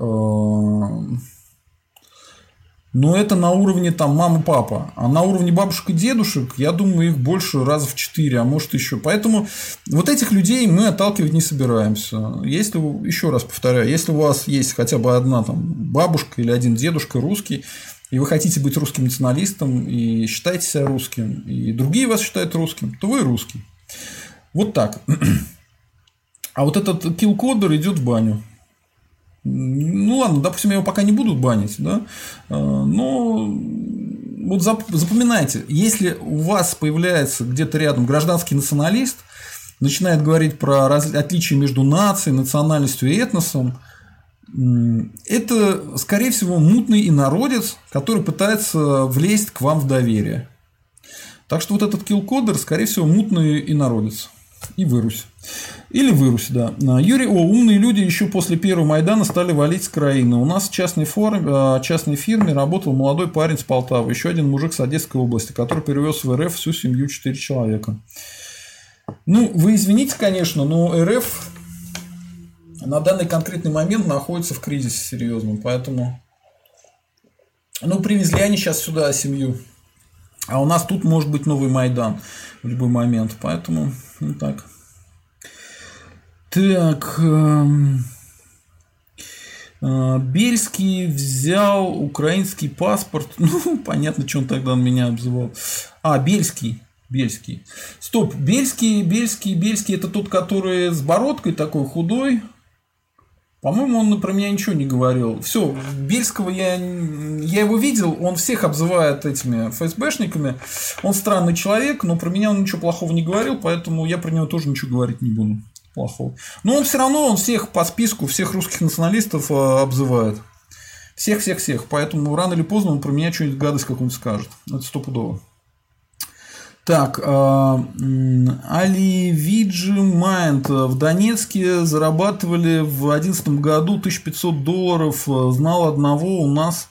Но это на уровне там мама-папа. А на уровне бабушек и дедушек, я думаю, их больше раза в 4, а может еще. Поэтому вот этих людей мы отталкивать не собираемся. Если, еще раз повторяю, если у вас есть хотя бы одна там бабушка или один дедушка русский, и вы хотите быть русским националистом, и считаете себя русским, и другие вас считают русским, то вы русский. Вот так. А вот этот киллкодер идет в баню. Ну ладно, допустим, я его пока не буду банить, да? Но вот запоминайте, если у вас появляется где-то рядом гражданский националист, начинает говорить про отличия между нацией, национальностью и этносом, это, скорее всего, мутный инородец, который пытается влезть к вам в доверие. Так что вот этот киллкодер, скорее всего, мутный инородец. И вырусь. Или вырусь, да. Юрий умные люди еще после первого Майдана стали валить с Украины. У нас в частной фирме работал молодой парень с Полтавы, еще один мужик с Одесской области, который перевез в РФ всю семью 4 человека. Ну, вы извините, конечно, но РФ на данный конкретный момент находится в кризисе серьезном, поэтому... Ну, привезли они сейчас сюда семью. А у нас тут может быть новый Майдан в любой момент. Поэтому, ну так. Так. Бельский взял украинский паспорт. Ну, понятно, что он тогда на меня обзывал. Бельский. Стоп, Бельский это тот, который с бородкой такой худой. По-моему, он про меня ничего не говорил. Все, Бельского я его видел, он всех обзывает этими ФСБшниками. Он странный человек, но про меня он ничего плохого не говорил, поэтому я про него тоже ничего говорить не буду плохого. Но он все равно, он всех по списку, всех русских националистов обзывает. Всех. Поэтому рано или поздно он про меня что-нибудь гадость какую-нибудь скажет. Это стопудово. Так, Оливиджи Майнд в Донецке зарабатывали в 2011 году $1500. Знал одного, у нас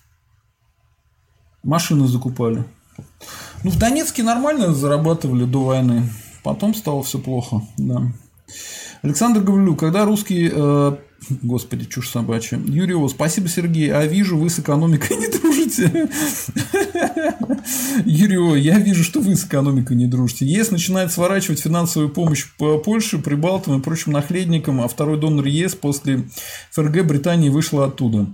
машины закупали. Ну, в Донецке нормально зарабатывали до войны. Потом стало все плохо, да. Александр Гаврилюк, когда русский Господи, чушь собачья. Юрий, спасибо, Сергей. А вижу, вы с экономикой не дружите. Юрий, я вижу, что вы с экономикой не дружите. ЕС начинает сворачивать финансовую помощь по Польше, Прибалтам и прочим наследникам, а второй донор ЕС после ФРГ Британии вышла оттуда.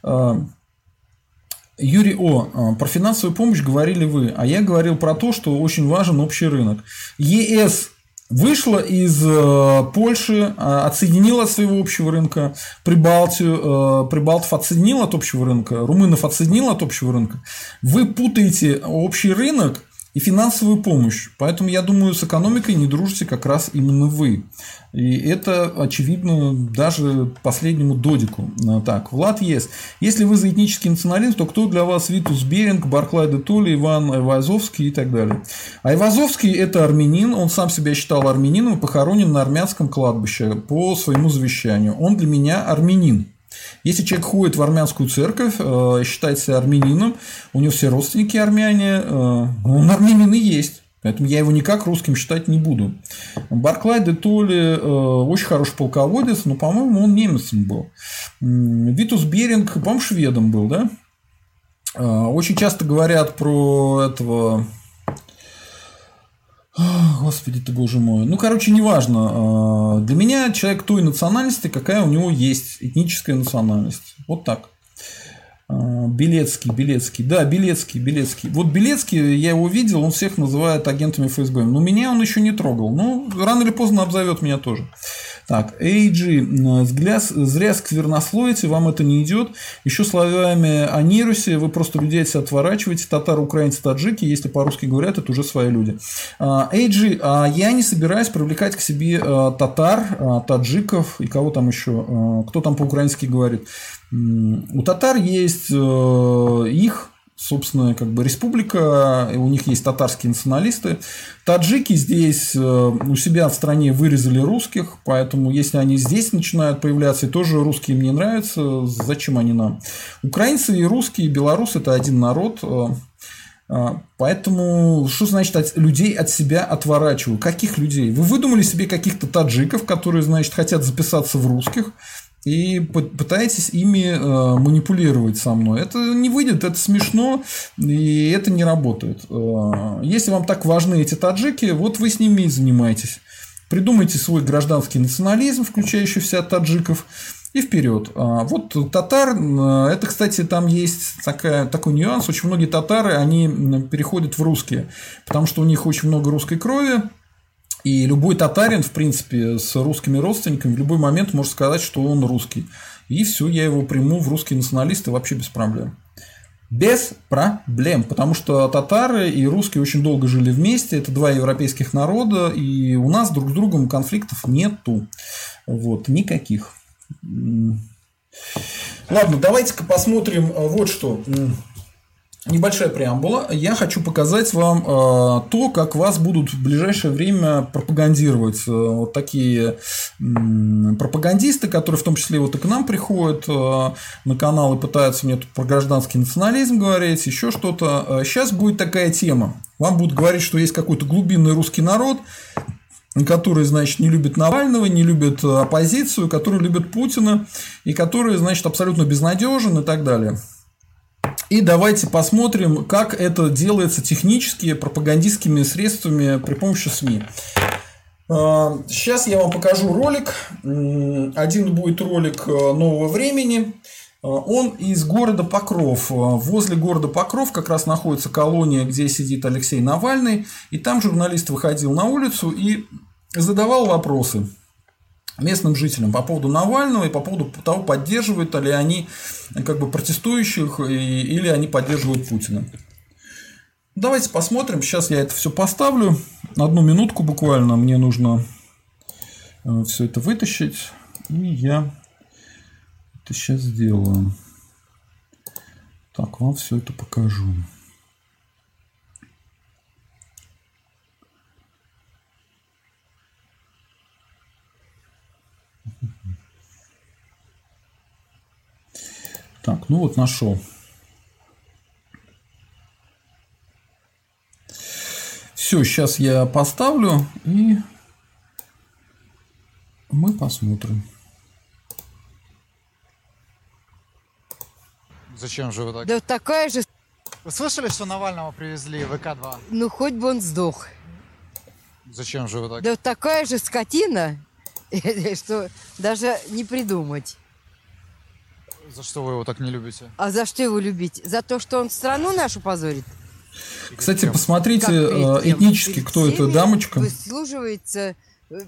Юрий, про финансовую помощь говорили вы, а я говорил про то, что очень важен общий рынок. ЕС вышла из Польши, отсоединила от своего общего рынка, Прибалтов отсоединила от общего рынка, румынов отсоединила от общего рынка. Вы путаете общий рынок и финансовую помощь. Поэтому, я думаю, с экономикой не дружите как раз именно вы. И это очевидно даже последнему додику. Так, Влад Ес. Если вы за этнический национализм, то кто для вас Витус Беринг, Барклай де Толли, Иван Айвазовский и так далее? Айвазовский – это армянин, он сам себя считал армянином и похоронен на армянском кладбище по своему завещанию. Он для меня армянин. Если человек ходит в армянскую церковь, считает себя армянином, у него все родственники армяне, он армянин и есть. Поэтому я его никак русским считать не буду. Барклай де Толли очень хороший полководец, но, по-моему, он немецем был. Витус Беринг, по-моему, шведом был, да? Очень часто говорят про этого... Господи ты, боже мой. Ну, короче, неважно. Для меня человек той национальности, какая у него есть этническая национальность. Вот так. Белецкий. Да, Белецкий. Вот Белецкий, я его видел, он всех называет агентами ФСБ. Но меня он еще не трогал. Ну, рано или поздно обзовет меня тоже. Так, AG, зря сквернословите, вам это не идет. Еще словами о Нерусе, вы просто людей от себя отворачиваете. Татары, украинцы, таджики, если по-русски говорят, это уже свои люди. AG, я не собираюсь привлекать к себе татар, таджиков и кого там еще, кто там по-украински говорит. У татар есть их, собственно, как бы республика, у них есть татарские националисты. Таджики здесь у себя в стране вырезали русских, поэтому если они здесь начинают появляться, и тоже русские мне нравятся, зачем они нам? Украинцы и русские, и белорусы – это один народ. Поэтому, что значит людей от себя отворачиваю? Каких людей? Вы выдумали себе каких-то таджиков, которые, значит, хотят записаться в русских, и пытаетесь ими манипулировать со мной. Это не выйдет, это смешно, и это не работает. Если вам так важны эти таджики, вот вы с ними и занимаетесь. Придумайте свой гражданский национализм, включающий в себя таджиков, и вперед. Вот татар, это, кстати, там есть такой нюанс. Очень многие татары, они переходят в русские, потому что у них очень много русской крови. И любой татарин, в принципе, с русскими родственниками в любой момент может сказать, что он русский. И все, я его приму в русские националисты вообще без проблем. Без проблем. Потому что татары и русские очень долго жили вместе. Это два европейских народа. И у нас друг с другом конфликтов нету. Вот, никаких. Ладно, давайте-ка посмотрим вот что. Небольшая преамбула. Я хочу показать вам то, как вас будут в ближайшее время пропагандировать вот такие пропагандисты, которые в том числе вот и к нам приходят на канал и пытаются мне тут про гражданский национализм говорить, еще что-то. Сейчас будет такая тема. Вам будут говорить, что есть какой-то глубинный русский народ, который, значит, не любит Навального, не любит оппозицию, который любит Путина и который, значит, абсолютно безнадежен и так далее. И давайте посмотрим, как это делается технически, пропагандистскими средствами при помощи СМИ. Сейчас я вам покажу ролик. Один будет ролик «Нового времени». Он из города Покров. Возле города Покров как раз находится колония, где сидит Алексей Навальный. И там журналист выходил на улицу и задавал вопросы местным жителям по поводу Навального и по поводу того, поддерживают ли они как бы протестующих или они поддерживают Путина. Давайте посмотрим. Сейчас я это все поставлю. Одну минутку буквально. Мне нужно все это вытащить. И я это сейчас сделаю. Так, вам все это покажу. Так, ну вот нашел. Все, сейчас я поставлю и мы посмотрим. Зачем же вы так? Да такая же... Вы слышали, что Навального привезли в ВК-2? Ну, хоть бы он сдох. Зачем же вы так? Да такая же скотина, что даже не придумать. За что вы его так не любите? А за что его любить? За то, что он страну нашу позорит? Кстати, посмотрите Как перед кем? этнически, Перед кто эта всеми дамочка. Выслуживается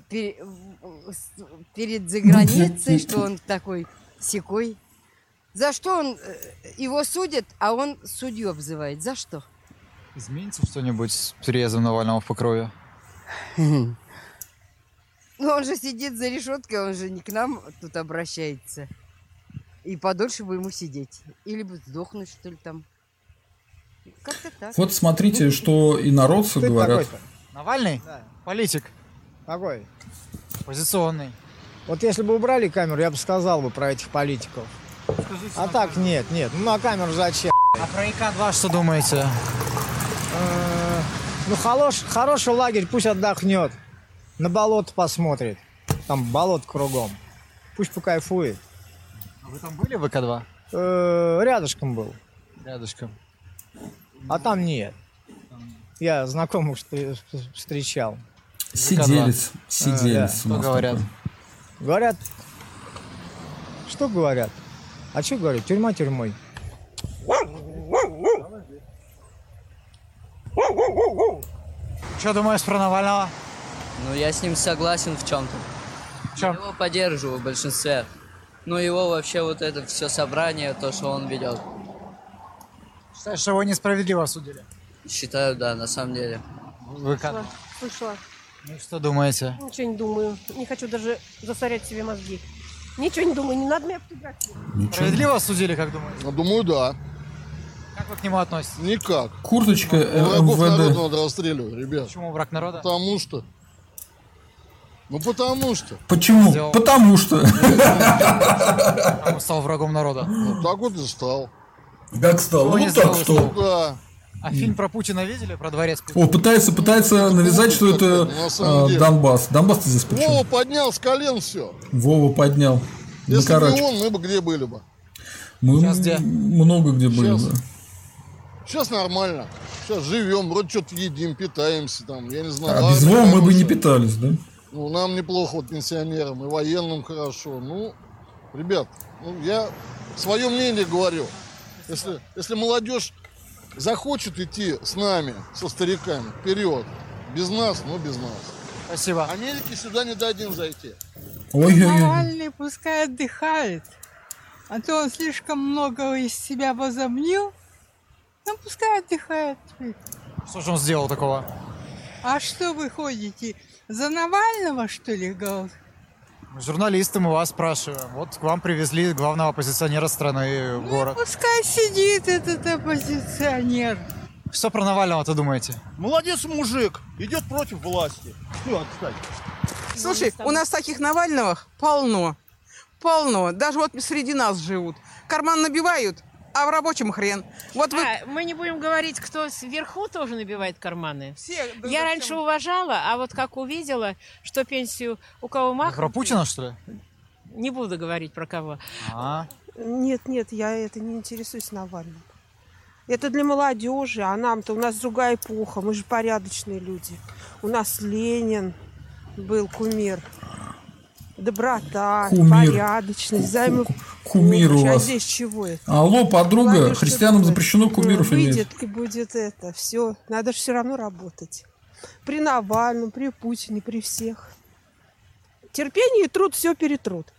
перед заграницей, что он такой секой. За что он его судят, а он судью обзывает? За что? Изменится что-нибудь с переездом Навального в Покрове? Ну, он же сидит за решеткой, он же не к нам тут обращается. И подольше бы ему сидеть. Или бы сдохнуть, что ли, там. Как-то так. Вот смотрите, что инородцы Кто говорят. такой-то? Навальный? Да. Политик. Какой? Оппозиционный. Вот если бы убрали камеру, я бы сказал бы про этих политиков. Скажите А так нет. Ну на камеру зачем? А про ИК-2 что думаете? Ну хороший лагерь, пусть отдохнет. На болото посмотрит. Там болото кругом. Пусть покайфует. А вы там были в ИК-2? Рядышком был. Рядышком. А там нет. Я знакомых встречал. Сиделец. Да. Сиделец. у Что нас говорят? такой. Говорят. Что говорят? А что говорят? Тюрьма тюрьмой. Что думаешь про Навального? Ну, я с ним согласен в чем-то. В чем? Его поддерживаю в большинстве. Ну, его вообще вот это все собрание, то, что он ведет. Считаешь, что его несправедливо осудили? Считаю, да, на самом деле. В ИК. Слышала. Ну, что думаете? Ничего не думаю. Не хочу даже засорять себе мозги. Ничего не думаю, не надо меня фотографировать. Справедливо осудили, как думаете? Ну, думаю, да. Как вы к нему относитесь? Никак. Курточка Врагов народа МВД. надо расстреливать, ребят. Почему враг народа? Потому что. Ну, потому что. Почему? Сделал. Потому что. А он стал врагом народа. Ну, так вот и стал. Как стал? Чего не Вот так сделал, что. Да. А фильм про Путина видели? Про дворец Путина? О, пытается навязать, что это На самом деле. Донбасс. Донбасс-то здесь при Вова чем? поднял с колен все. Вова поднял. На Если бы карачку. он, мы бы где были бы. Мы Сейчас где? много где были. Сейчас. Да. Сейчас нормально. Сейчас живем, вроде что-то едим, питаемся там, я не знаю. А без армия Вовы мы бы не хорошая. питались, да? Ну, нам неплохо, вот пенсионерам, и военным хорошо. Ну, ребят, ну, я свое мнение говорю. Если молодежь захочет идти с нами, со стариками, вперед. Без нас, но без нас. Спасибо. Америке сюда не дадим зайти. Ой-ой-ой. Навальный пускай отдыхает, а то он слишком много из себя возомнил. Ну, пускай отдыхает. Что же он сделал такого? А что вы ходите? За Навального, что ли, голосуете? Журналисты, мы вас спрашиваем. Вот к вам привезли главного оппозиционера страны в город. Пускай сидит этот оппозиционер. Что про Навального-то думаете? Молодец мужик, идет против власти. Ну, кстати. Слушай, у нас таких Навальных полно. Полно. Даже вот среди нас живут. Карман набивают, а в рабочем хрен. Вот вы... Мы не будем говорить, кто сверху тоже набивает карманы. Все, да, Я да, раньше всем. уважала, а вот как увидела, что пенсию у кого Вы махнут... про Путина, что ли? Не буду говорить про кого. А, Нет, я это не интересуюсь Навальным. Это для молодежи, а нам-то у нас другая эпоха, мы же порядочные люди. У нас Ленин был кумир. Доброта, Кумир. порядочность, Кумир у А вас. здесь чего это? Алло, подруга, Молодежь христианам что запрещено думает? кумиров иметь. Выйдет и будет это. Все. Надо же все равно работать. При Навальном, при Путине, при всех. Терпение и труд все перетрут.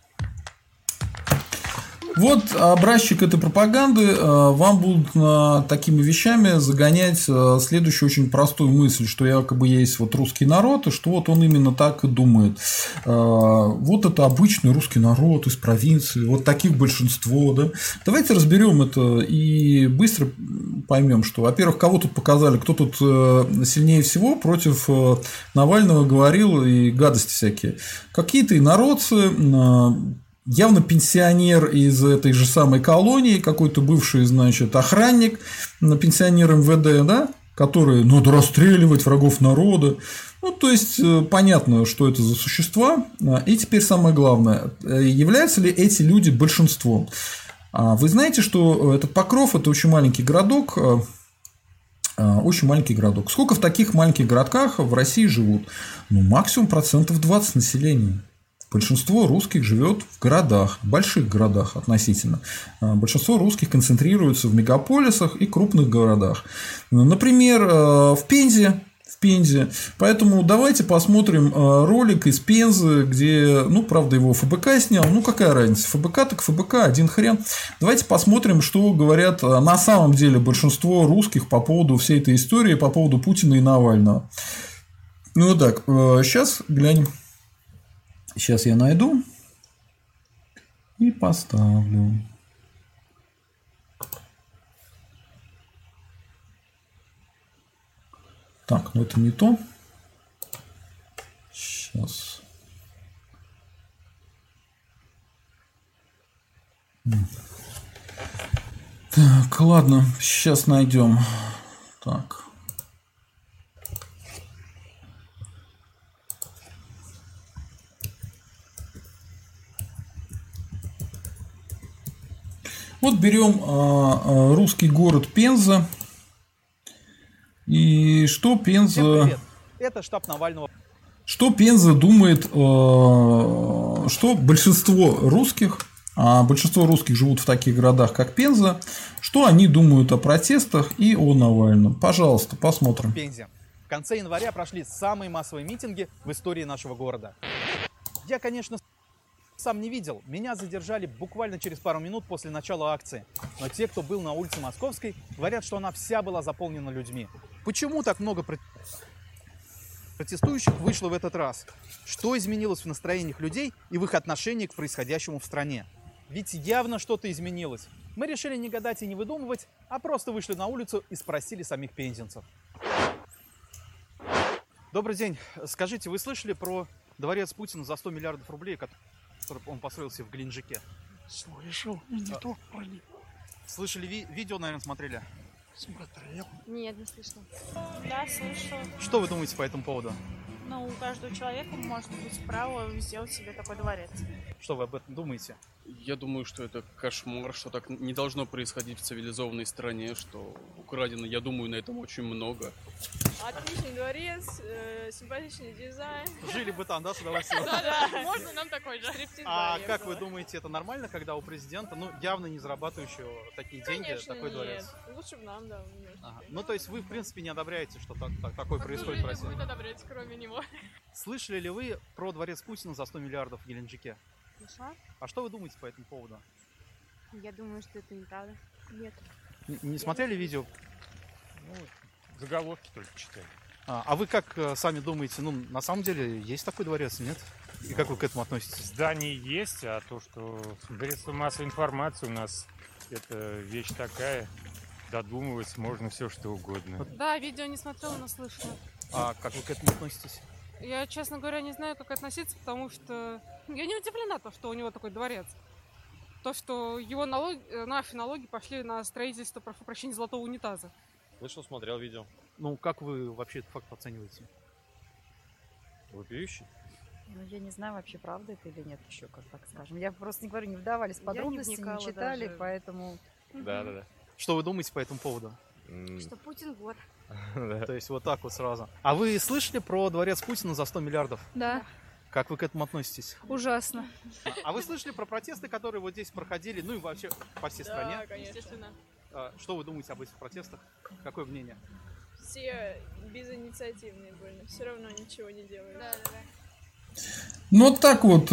Вот образчик этой пропаганды. Вам будут такими вещами загонять следующую очень простую мысль, что якобы есть вот русский народ, и что вот он именно так и думает. Вот это обычный русский народ из провинции, вот таких большинство. Да? Давайте разберем это и быстро поймем, что, во-первых, кого тут показали, кто тут сильнее всего против Навального говорил и гадости всякие. Какие-то инородцы, явно пенсионер из этой же самой колонии, какой-то бывший, значит, охранник, пенсионер МВД, да, который надо расстреливать врагов народа. Ну, то есть, понятно, что это за существа. И теперь самое главное, являются ли эти люди большинством? Вы знаете, что этот Покров – это очень маленький городок. Очень маленький городок. Сколько в таких маленьких городках в России живут? Ну, максимум 20% населения. Большинство русских живет в городах, больших городах относительно. Большинство русских концентрируется в мегаполисах и крупных городах. Например, в Пензе. Поэтому давайте посмотрим ролик из Пензы, где, ну, правда, его ФБК снял. Ну, какая разница? ФБК так ФБК, один хрен. Давайте посмотрим, что говорят на самом деле большинство русских по поводу всей этой истории, по поводу Путина и Навального. Ну, так, сейчас глянем. Сейчас я найду и поставлю. Так, ну это не то. Сейчас. Так, ладно, сейчас найдем. Так. Вот берем русский город Пенза. И что Пенза... Это штаб Навального. Что Пенза думает, что большинство русских, а большинство русских живут в таких городах, как Пенза, что они думают о протестах и о Навальном. Пожалуйста, посмотрим. В Пензе. В конце января прошли самые массовые митинги в истории нашего города. Я, конечно, сам не видел. Меня задержали буквально через пару минут после начала акции. Но те, кто был на улице Московской, говорят, что она вся была заполнена людьми. Почему так много протестующих вышло в этот раз? Что изменилось в настроениях людей и в их отношении к происходящему в стране? Ведь явно что-то изменилось. Мы решили не гадать и не выдумывать, а просто вышли на улицу и спросили самих пензенцев. Добрый день. Скажите, вы слышали про дворец Путина за 100 миллиардов рублей, который он построил себе в Геленджике? Слышал, и не только про него. Слышали, видео, наверное, смотрели? Смотрел. Нет, не слышал. Да, слышал. Что вы думаете по этому поводу? Ну, у каждого человека может быть право сделать себе такой дворец. Что вы об этом думаете? Я думаю, что это кошмар, что так не должно происходить в цивилизованной стране, что украдено, я думаю, на этом очень много. Отличный дворец, симпатичный дизайн. Жили бы там, да, с удовольствием? Да, можно нам такой же. А как вы думаете, это нормально, когда у президента, ну, явно не зарабатывающего такие деньги, такой дворец? Нет, лучше бы нам, да. Ну, то есть вы, в принципе, не одобряете, что такое происходит в России? Будет одобрять, кроме него. Слышали ли вы про дворец Путина за 100 миллиардов в Геленджике? Слышала? А что вы думаете по этому поводу? Я думаю, что это неправда. Нет. Не смотрели видео? Ну, заголовки только читали. А вы как сами думаете, ну, на самом деле, есть такой дворец, нет? И как вы к этому относитесь? Здание есть, а то, что средства массовой информации у нас, это вещь такая, додумывать можно все, что угодно. Да, видео не смотрела, но слышала. А как вы к этому относитесь? Я, честно говоря, не знаю, как относиться, потому что я не удивлена, что у него такой дворец. То, что его наши налоги пошли на строительство, прошу прощения, золотого унитаза. Слышал, смотрел видео. Ну, как вы вообще этот факт оцениваете? Вопиющий? Ну, я не знаю, вообще правда это или нет еще, как так скажем. Я просто не говорю, не вдавались в подробности, не читали, даже. Поэтому... Да. Что вы думаете по этому поводу? Что Путин вот. То есть вот так вот сразу. А вы слышали про дворец Путина за 100 миллиардов? Да. Как вы к этому относитесь? Ужасно. А вы слышали про протесты, которые вот здесь проходили, ну и вообще по всей стране? Да, конечно. Что вы думаете об этих протестах? Какое мнение? Все безинициативные больно, все равно ничего не делают. Да. Ну, вот так вот,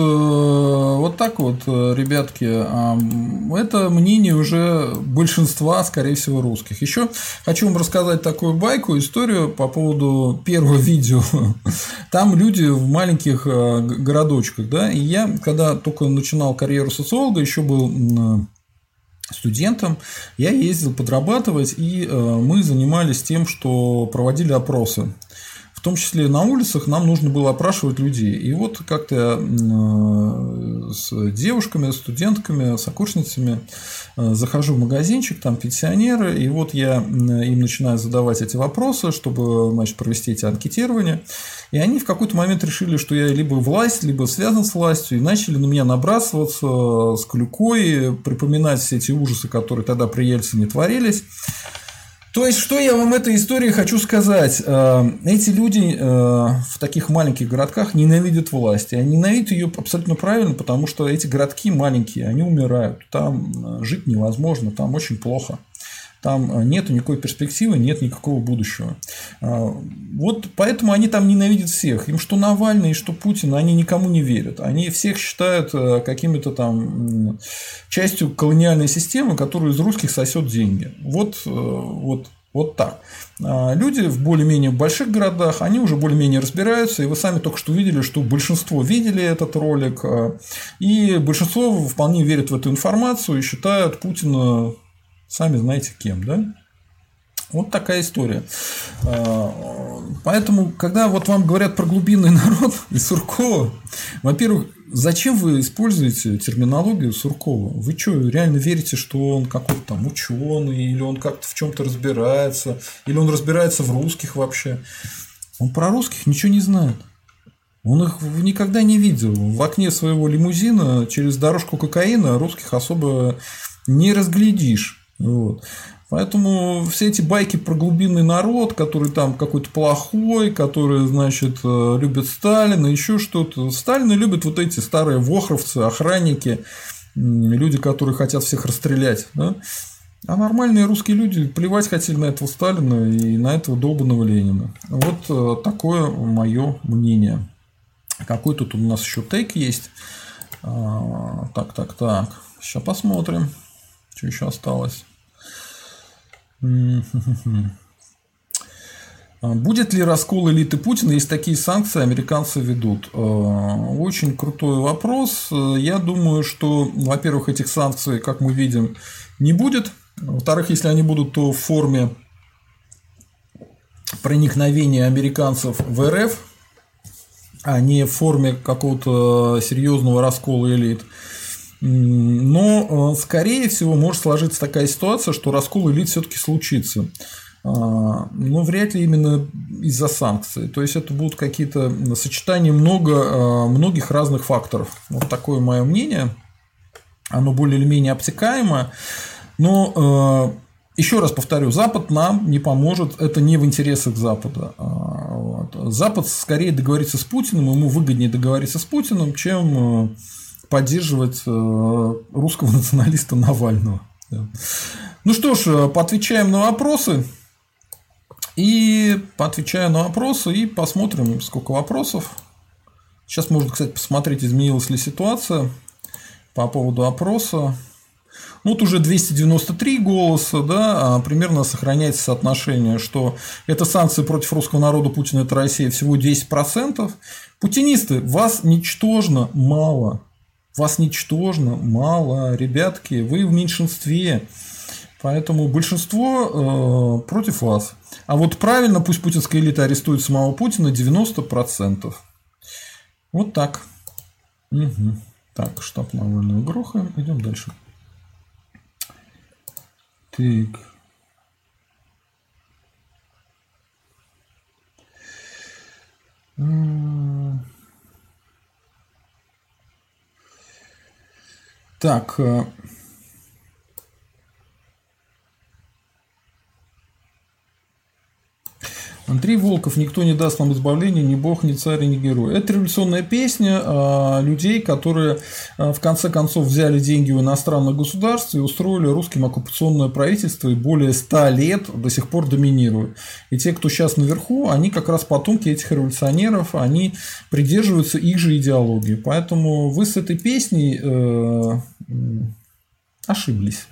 ребятки, это мнение уже большинства, скорее всего, русских. Еще хочу вам рассказать такую байку, историю по поводу первого видео. Там люди в маленьких городочках, да, и я, когда только начинал карьеру социолога, еще был студентом, я ездил подрабатывать, и мы занимались тем, что проводили опросы. В том числе на улицах, нам нужно было опрашивать людей. И вот как-то я с девушками, студентками, сокурсницами захожу в магазинчик, там пенсионеры, и вот я им начинаю задавать эти вопросы, чтобы, значит, провести эти анкетирования. И они в какой-то момент решили, что я либо власть, либо связан с властью, и начали на меня набрасываться с клюкой, припоминать все эти ужасы, которые тогда при Ельцине творились. То есть, что я вам этой истории хочу сказать? Эти люди в таких маленьких городках ненавидят власть. И они ненавидят ее абсолютно правильно, потому что эти городки маленькие, они умирают. Там жить невозможно, там очень плохо. Там нет никакой перспективы, нет никакого будущего. Вот поэтому они там ненавидят всех. Им что Навальный, что Путин, они никому не верят. Они всех считают какими-то там частью колониальной системы, которая из русских сосет деньги. Вот так. Люди в более-менее больших городах, они уже более-менее разбираются, и вы сами только что видели, что большинство видели этот ролик, и большинство вполне верят в эту информацию и считают Путина сами знаете кем, да? Вот такая история. Поэтому, когда вот вам говорят про глубинный народ и Суркова, во-первых, зачем вы используете терминологию Суркова? Вы что, реально верите, что он какой-то там ученый, или он как-то в чем-то разбирается, или он разбирается в русских вообще? Он про русских ничего не знает. Он их никогда не видел. В окне своего лимузина через дорожку кокаина русских особо не разглядишь. Вот. Поэтому все эти байки про глубинный народ, который там какой-то плохой, который, значит, любит Сталина, еще что-то. Сталина любят вот эти старые вохровцы, охранники, люди, которые хотят всех расстрелять. Да? А нормальные русские люди плевать хотели на этого Сталина и на этого долбанного Ленина. Вот такое мое мнение. Какой тут у нас еще тейк есть? Так. Сейчас посмотрим. Что еще осталось? Будет ли раскол элиты Путина, если такие санкции американцы ведут? Очень крутой вопрос. Я думаю, что, во-первых, этих санкций, как мы видим, не будет. Во-вторых, если они будут, то в форме проникновения американцев в РФ, а не в форме какого-то серьезного раскола элит. Но, скорее всего, может сложиться такая ситуация, что раскол элит все-таки случится. Но вряд ли именно из-за санкций. То есть это будут какие-то сочетания многих разных факторов. Вот такое мое мнение. Оно более или менее обтекаемо. Но еще раз повторю, Запад нам не поможет, это не в интересах Запада. Запад скорее договорится с Путиным, ему выгоднее договориться с Путиным, чем поддерживать русского националиста Навального. Ну что ж, поотвечаем на вопросы. И посмотрим, сколько вопросов. Сейчас можно, кстати, посмотреть, изменилась ли ситуация по поводу опроса. Вот уже 293 голоса, да, примерно сохраняется соотношение, что это санкции против русского народа, Путина – это Россия, всего 10%. Путинисты, вас ничтожно мало. Вас ничтожно мало, ребятки, вы в меньшинстве. Поэтому большинство против вас. А вот правильно, пусть путинская элита арестует самого Путина, 90%. Вот так. Угу. Так, штаб Навального грохаем. Идем дальше. Так. Так. Андрей Волков: никто не даст нам избавления, ни бог, ни царь, ни герой. Это революционная песня людей, которые в конце концов взяли деньги у иностранных государств и устроили русским оккупационное правительство, и более 100 лет до сих пор доминируют. И те, кто сейчас наверху, они как раз потомки этих революционеров, они придерживаются их же идеологии. Поэтому вы с этой песней ошиблись.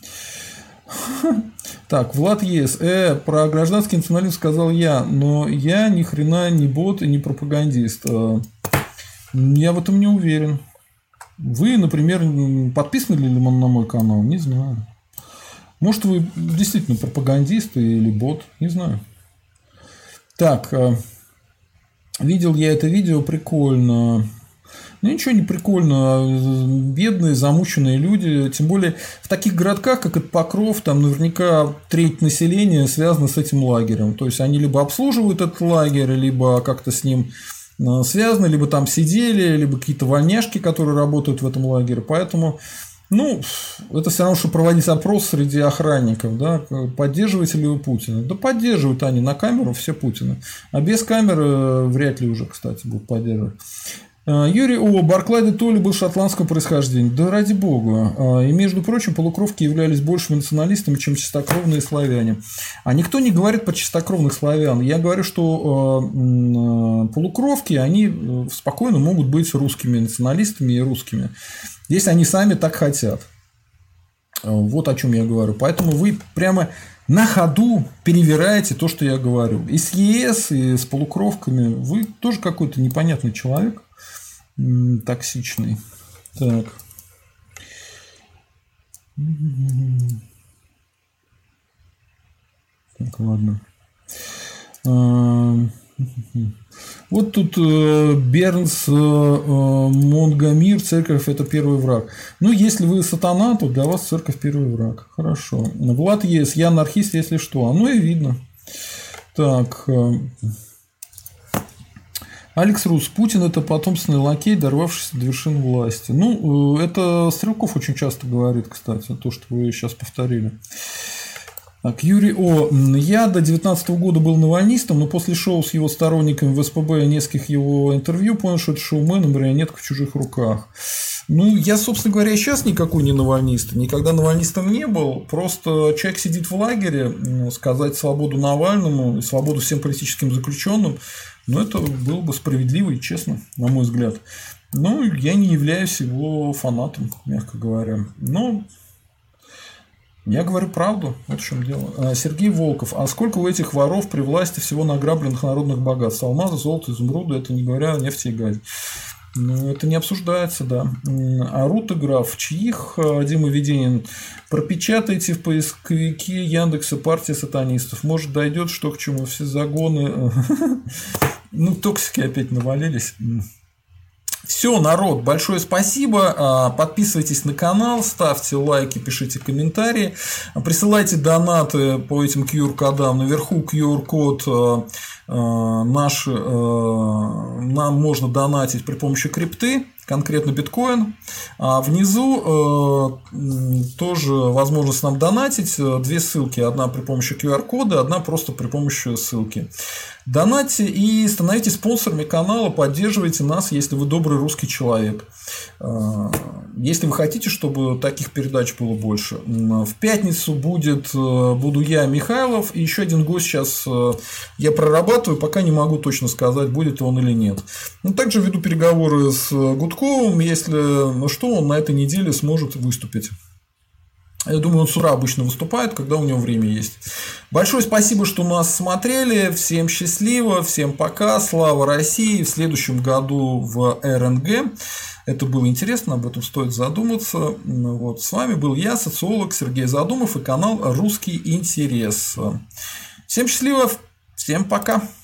Так, Влад ЕС. Про гражданский национализм сказал я, но я ни хрена не бот и не пропагандист. Я в этом не уверен. Вы, например, подписаны ли на мой канал? Не знаю. Может, вы действительно пропагандист или бот? Не знаю. Так, Видел я это видео, прикольно. Ну, ничего не прикольно. Бедные, замученные люди. Тем более в таких городках, как это Покров, там наверняка треть населения связана с этим лагерем. То есть они либо обслуживают этот лагерь, либо как-то с ним связаны, либо там сидели, либо какие-то вольняшки, которые работают в этом лагере. Поэтому, ну, это все равно, что проводить опрос среди охранников, да, поддерживаете ли вы Путина? Да поддерживают они на камеру все Путина. А без камеры вряд ли уже, кстати, будут поддерживать. Юрий О. Барклай де Толли был шотландского происхождения. Да ради бога. И, между прочим, полукровки являлись большими националистами, чем чистокровные славяне. А никто не говорит про чистокровных славян. Я говорю, что полукровки, они спокойно могут быть русскими националистами и русскими, если они сами так хотят. Вот о чем я говорю. Поэтому вы прямо на ходу перевираете то, что я говорю. И с ЕС, и с полукровками вы тоже какой-то непонятный человек. Токсичный. Так. Так, ладно. Вот тут Бернс Монгомир, церковь – это первый враг. Ну, если вы сатана, то для вас церковь – первый враг. Хорошо. Влад ЕС, я анархист, если что. Оно и видно. Так. Алекс Рус. Путин – это потомственный лакей, дорвавшийся до вершин власти. Ну, это Стрелков очень часто говорит, кстати, то, что вы сейчас повторили. Так, Юрий О. Я до 2019 года был навальнистом, но после шоу с его сторонниками в СПБ и нескольких его интервью понял, что это шоумен и марионетка в чужих руках. Ну, я, собственно говоря, сейчас никакой не навальнист, никогда навальнистом не был. Просто человек сидит в лагере, сказать свободу Навальному и свободу всем политическим заключенным, ну, это было бы справедливо и честно, на мой взгляд. Ну, я не являюсь его фанатом, мягко говоря. Но я говорю правду, вот в чем дело. Сергей Волков. А сколько у этих воров при власти всего награбленных народных богатств? Алмазы, золото, изумруды, это не говоря о нефти и газе. Ну, это не обсуждается, да. А Рута Граф, чьих, Дима Веденин, пропечатайте в поисковике Яндекса партия сатанистов. Может, дойдет, что к чему, все загоны. Ну, токсики опять навалились. Все, народ, большое спасибо. Подписывайтесь на канал, ставьте лайки, пишите комментарии, присылайте донаты по этим QR-кодам. Наверху QR-код наш, нам можно донатить при помощи крипты, конкретно биткоин. А внизу тоже возможность нам донатить. Две ссылки. Одна при помощи QR-кода, одна просто при помощи ссылки. Донатьте и становитесь спонсорами канала, поддерживайте нас, если вы добрый русский человек. Если вы хотите, чтобы таких передач было больше. В пятницу буду я, Михайлов, и еще один гость сейчас я прорабатываю, пока не могу точно сказать, будет он или нет. Но также веду переговоры с Гудковым, если что, он на этой неделе сможет выступить. Я думаю, он с утра обычно выступает, когда у него время есть. Большое спасибо, что нас смотрели. Всем счастливо, всем пока. Слава России. В следующем году в РНГ. Это было интересно, об этом стоит задуматься. Вот. С вами был я, социолог Сергей Задумов и канал «Русский интерес». Всем счастливо, всем пока.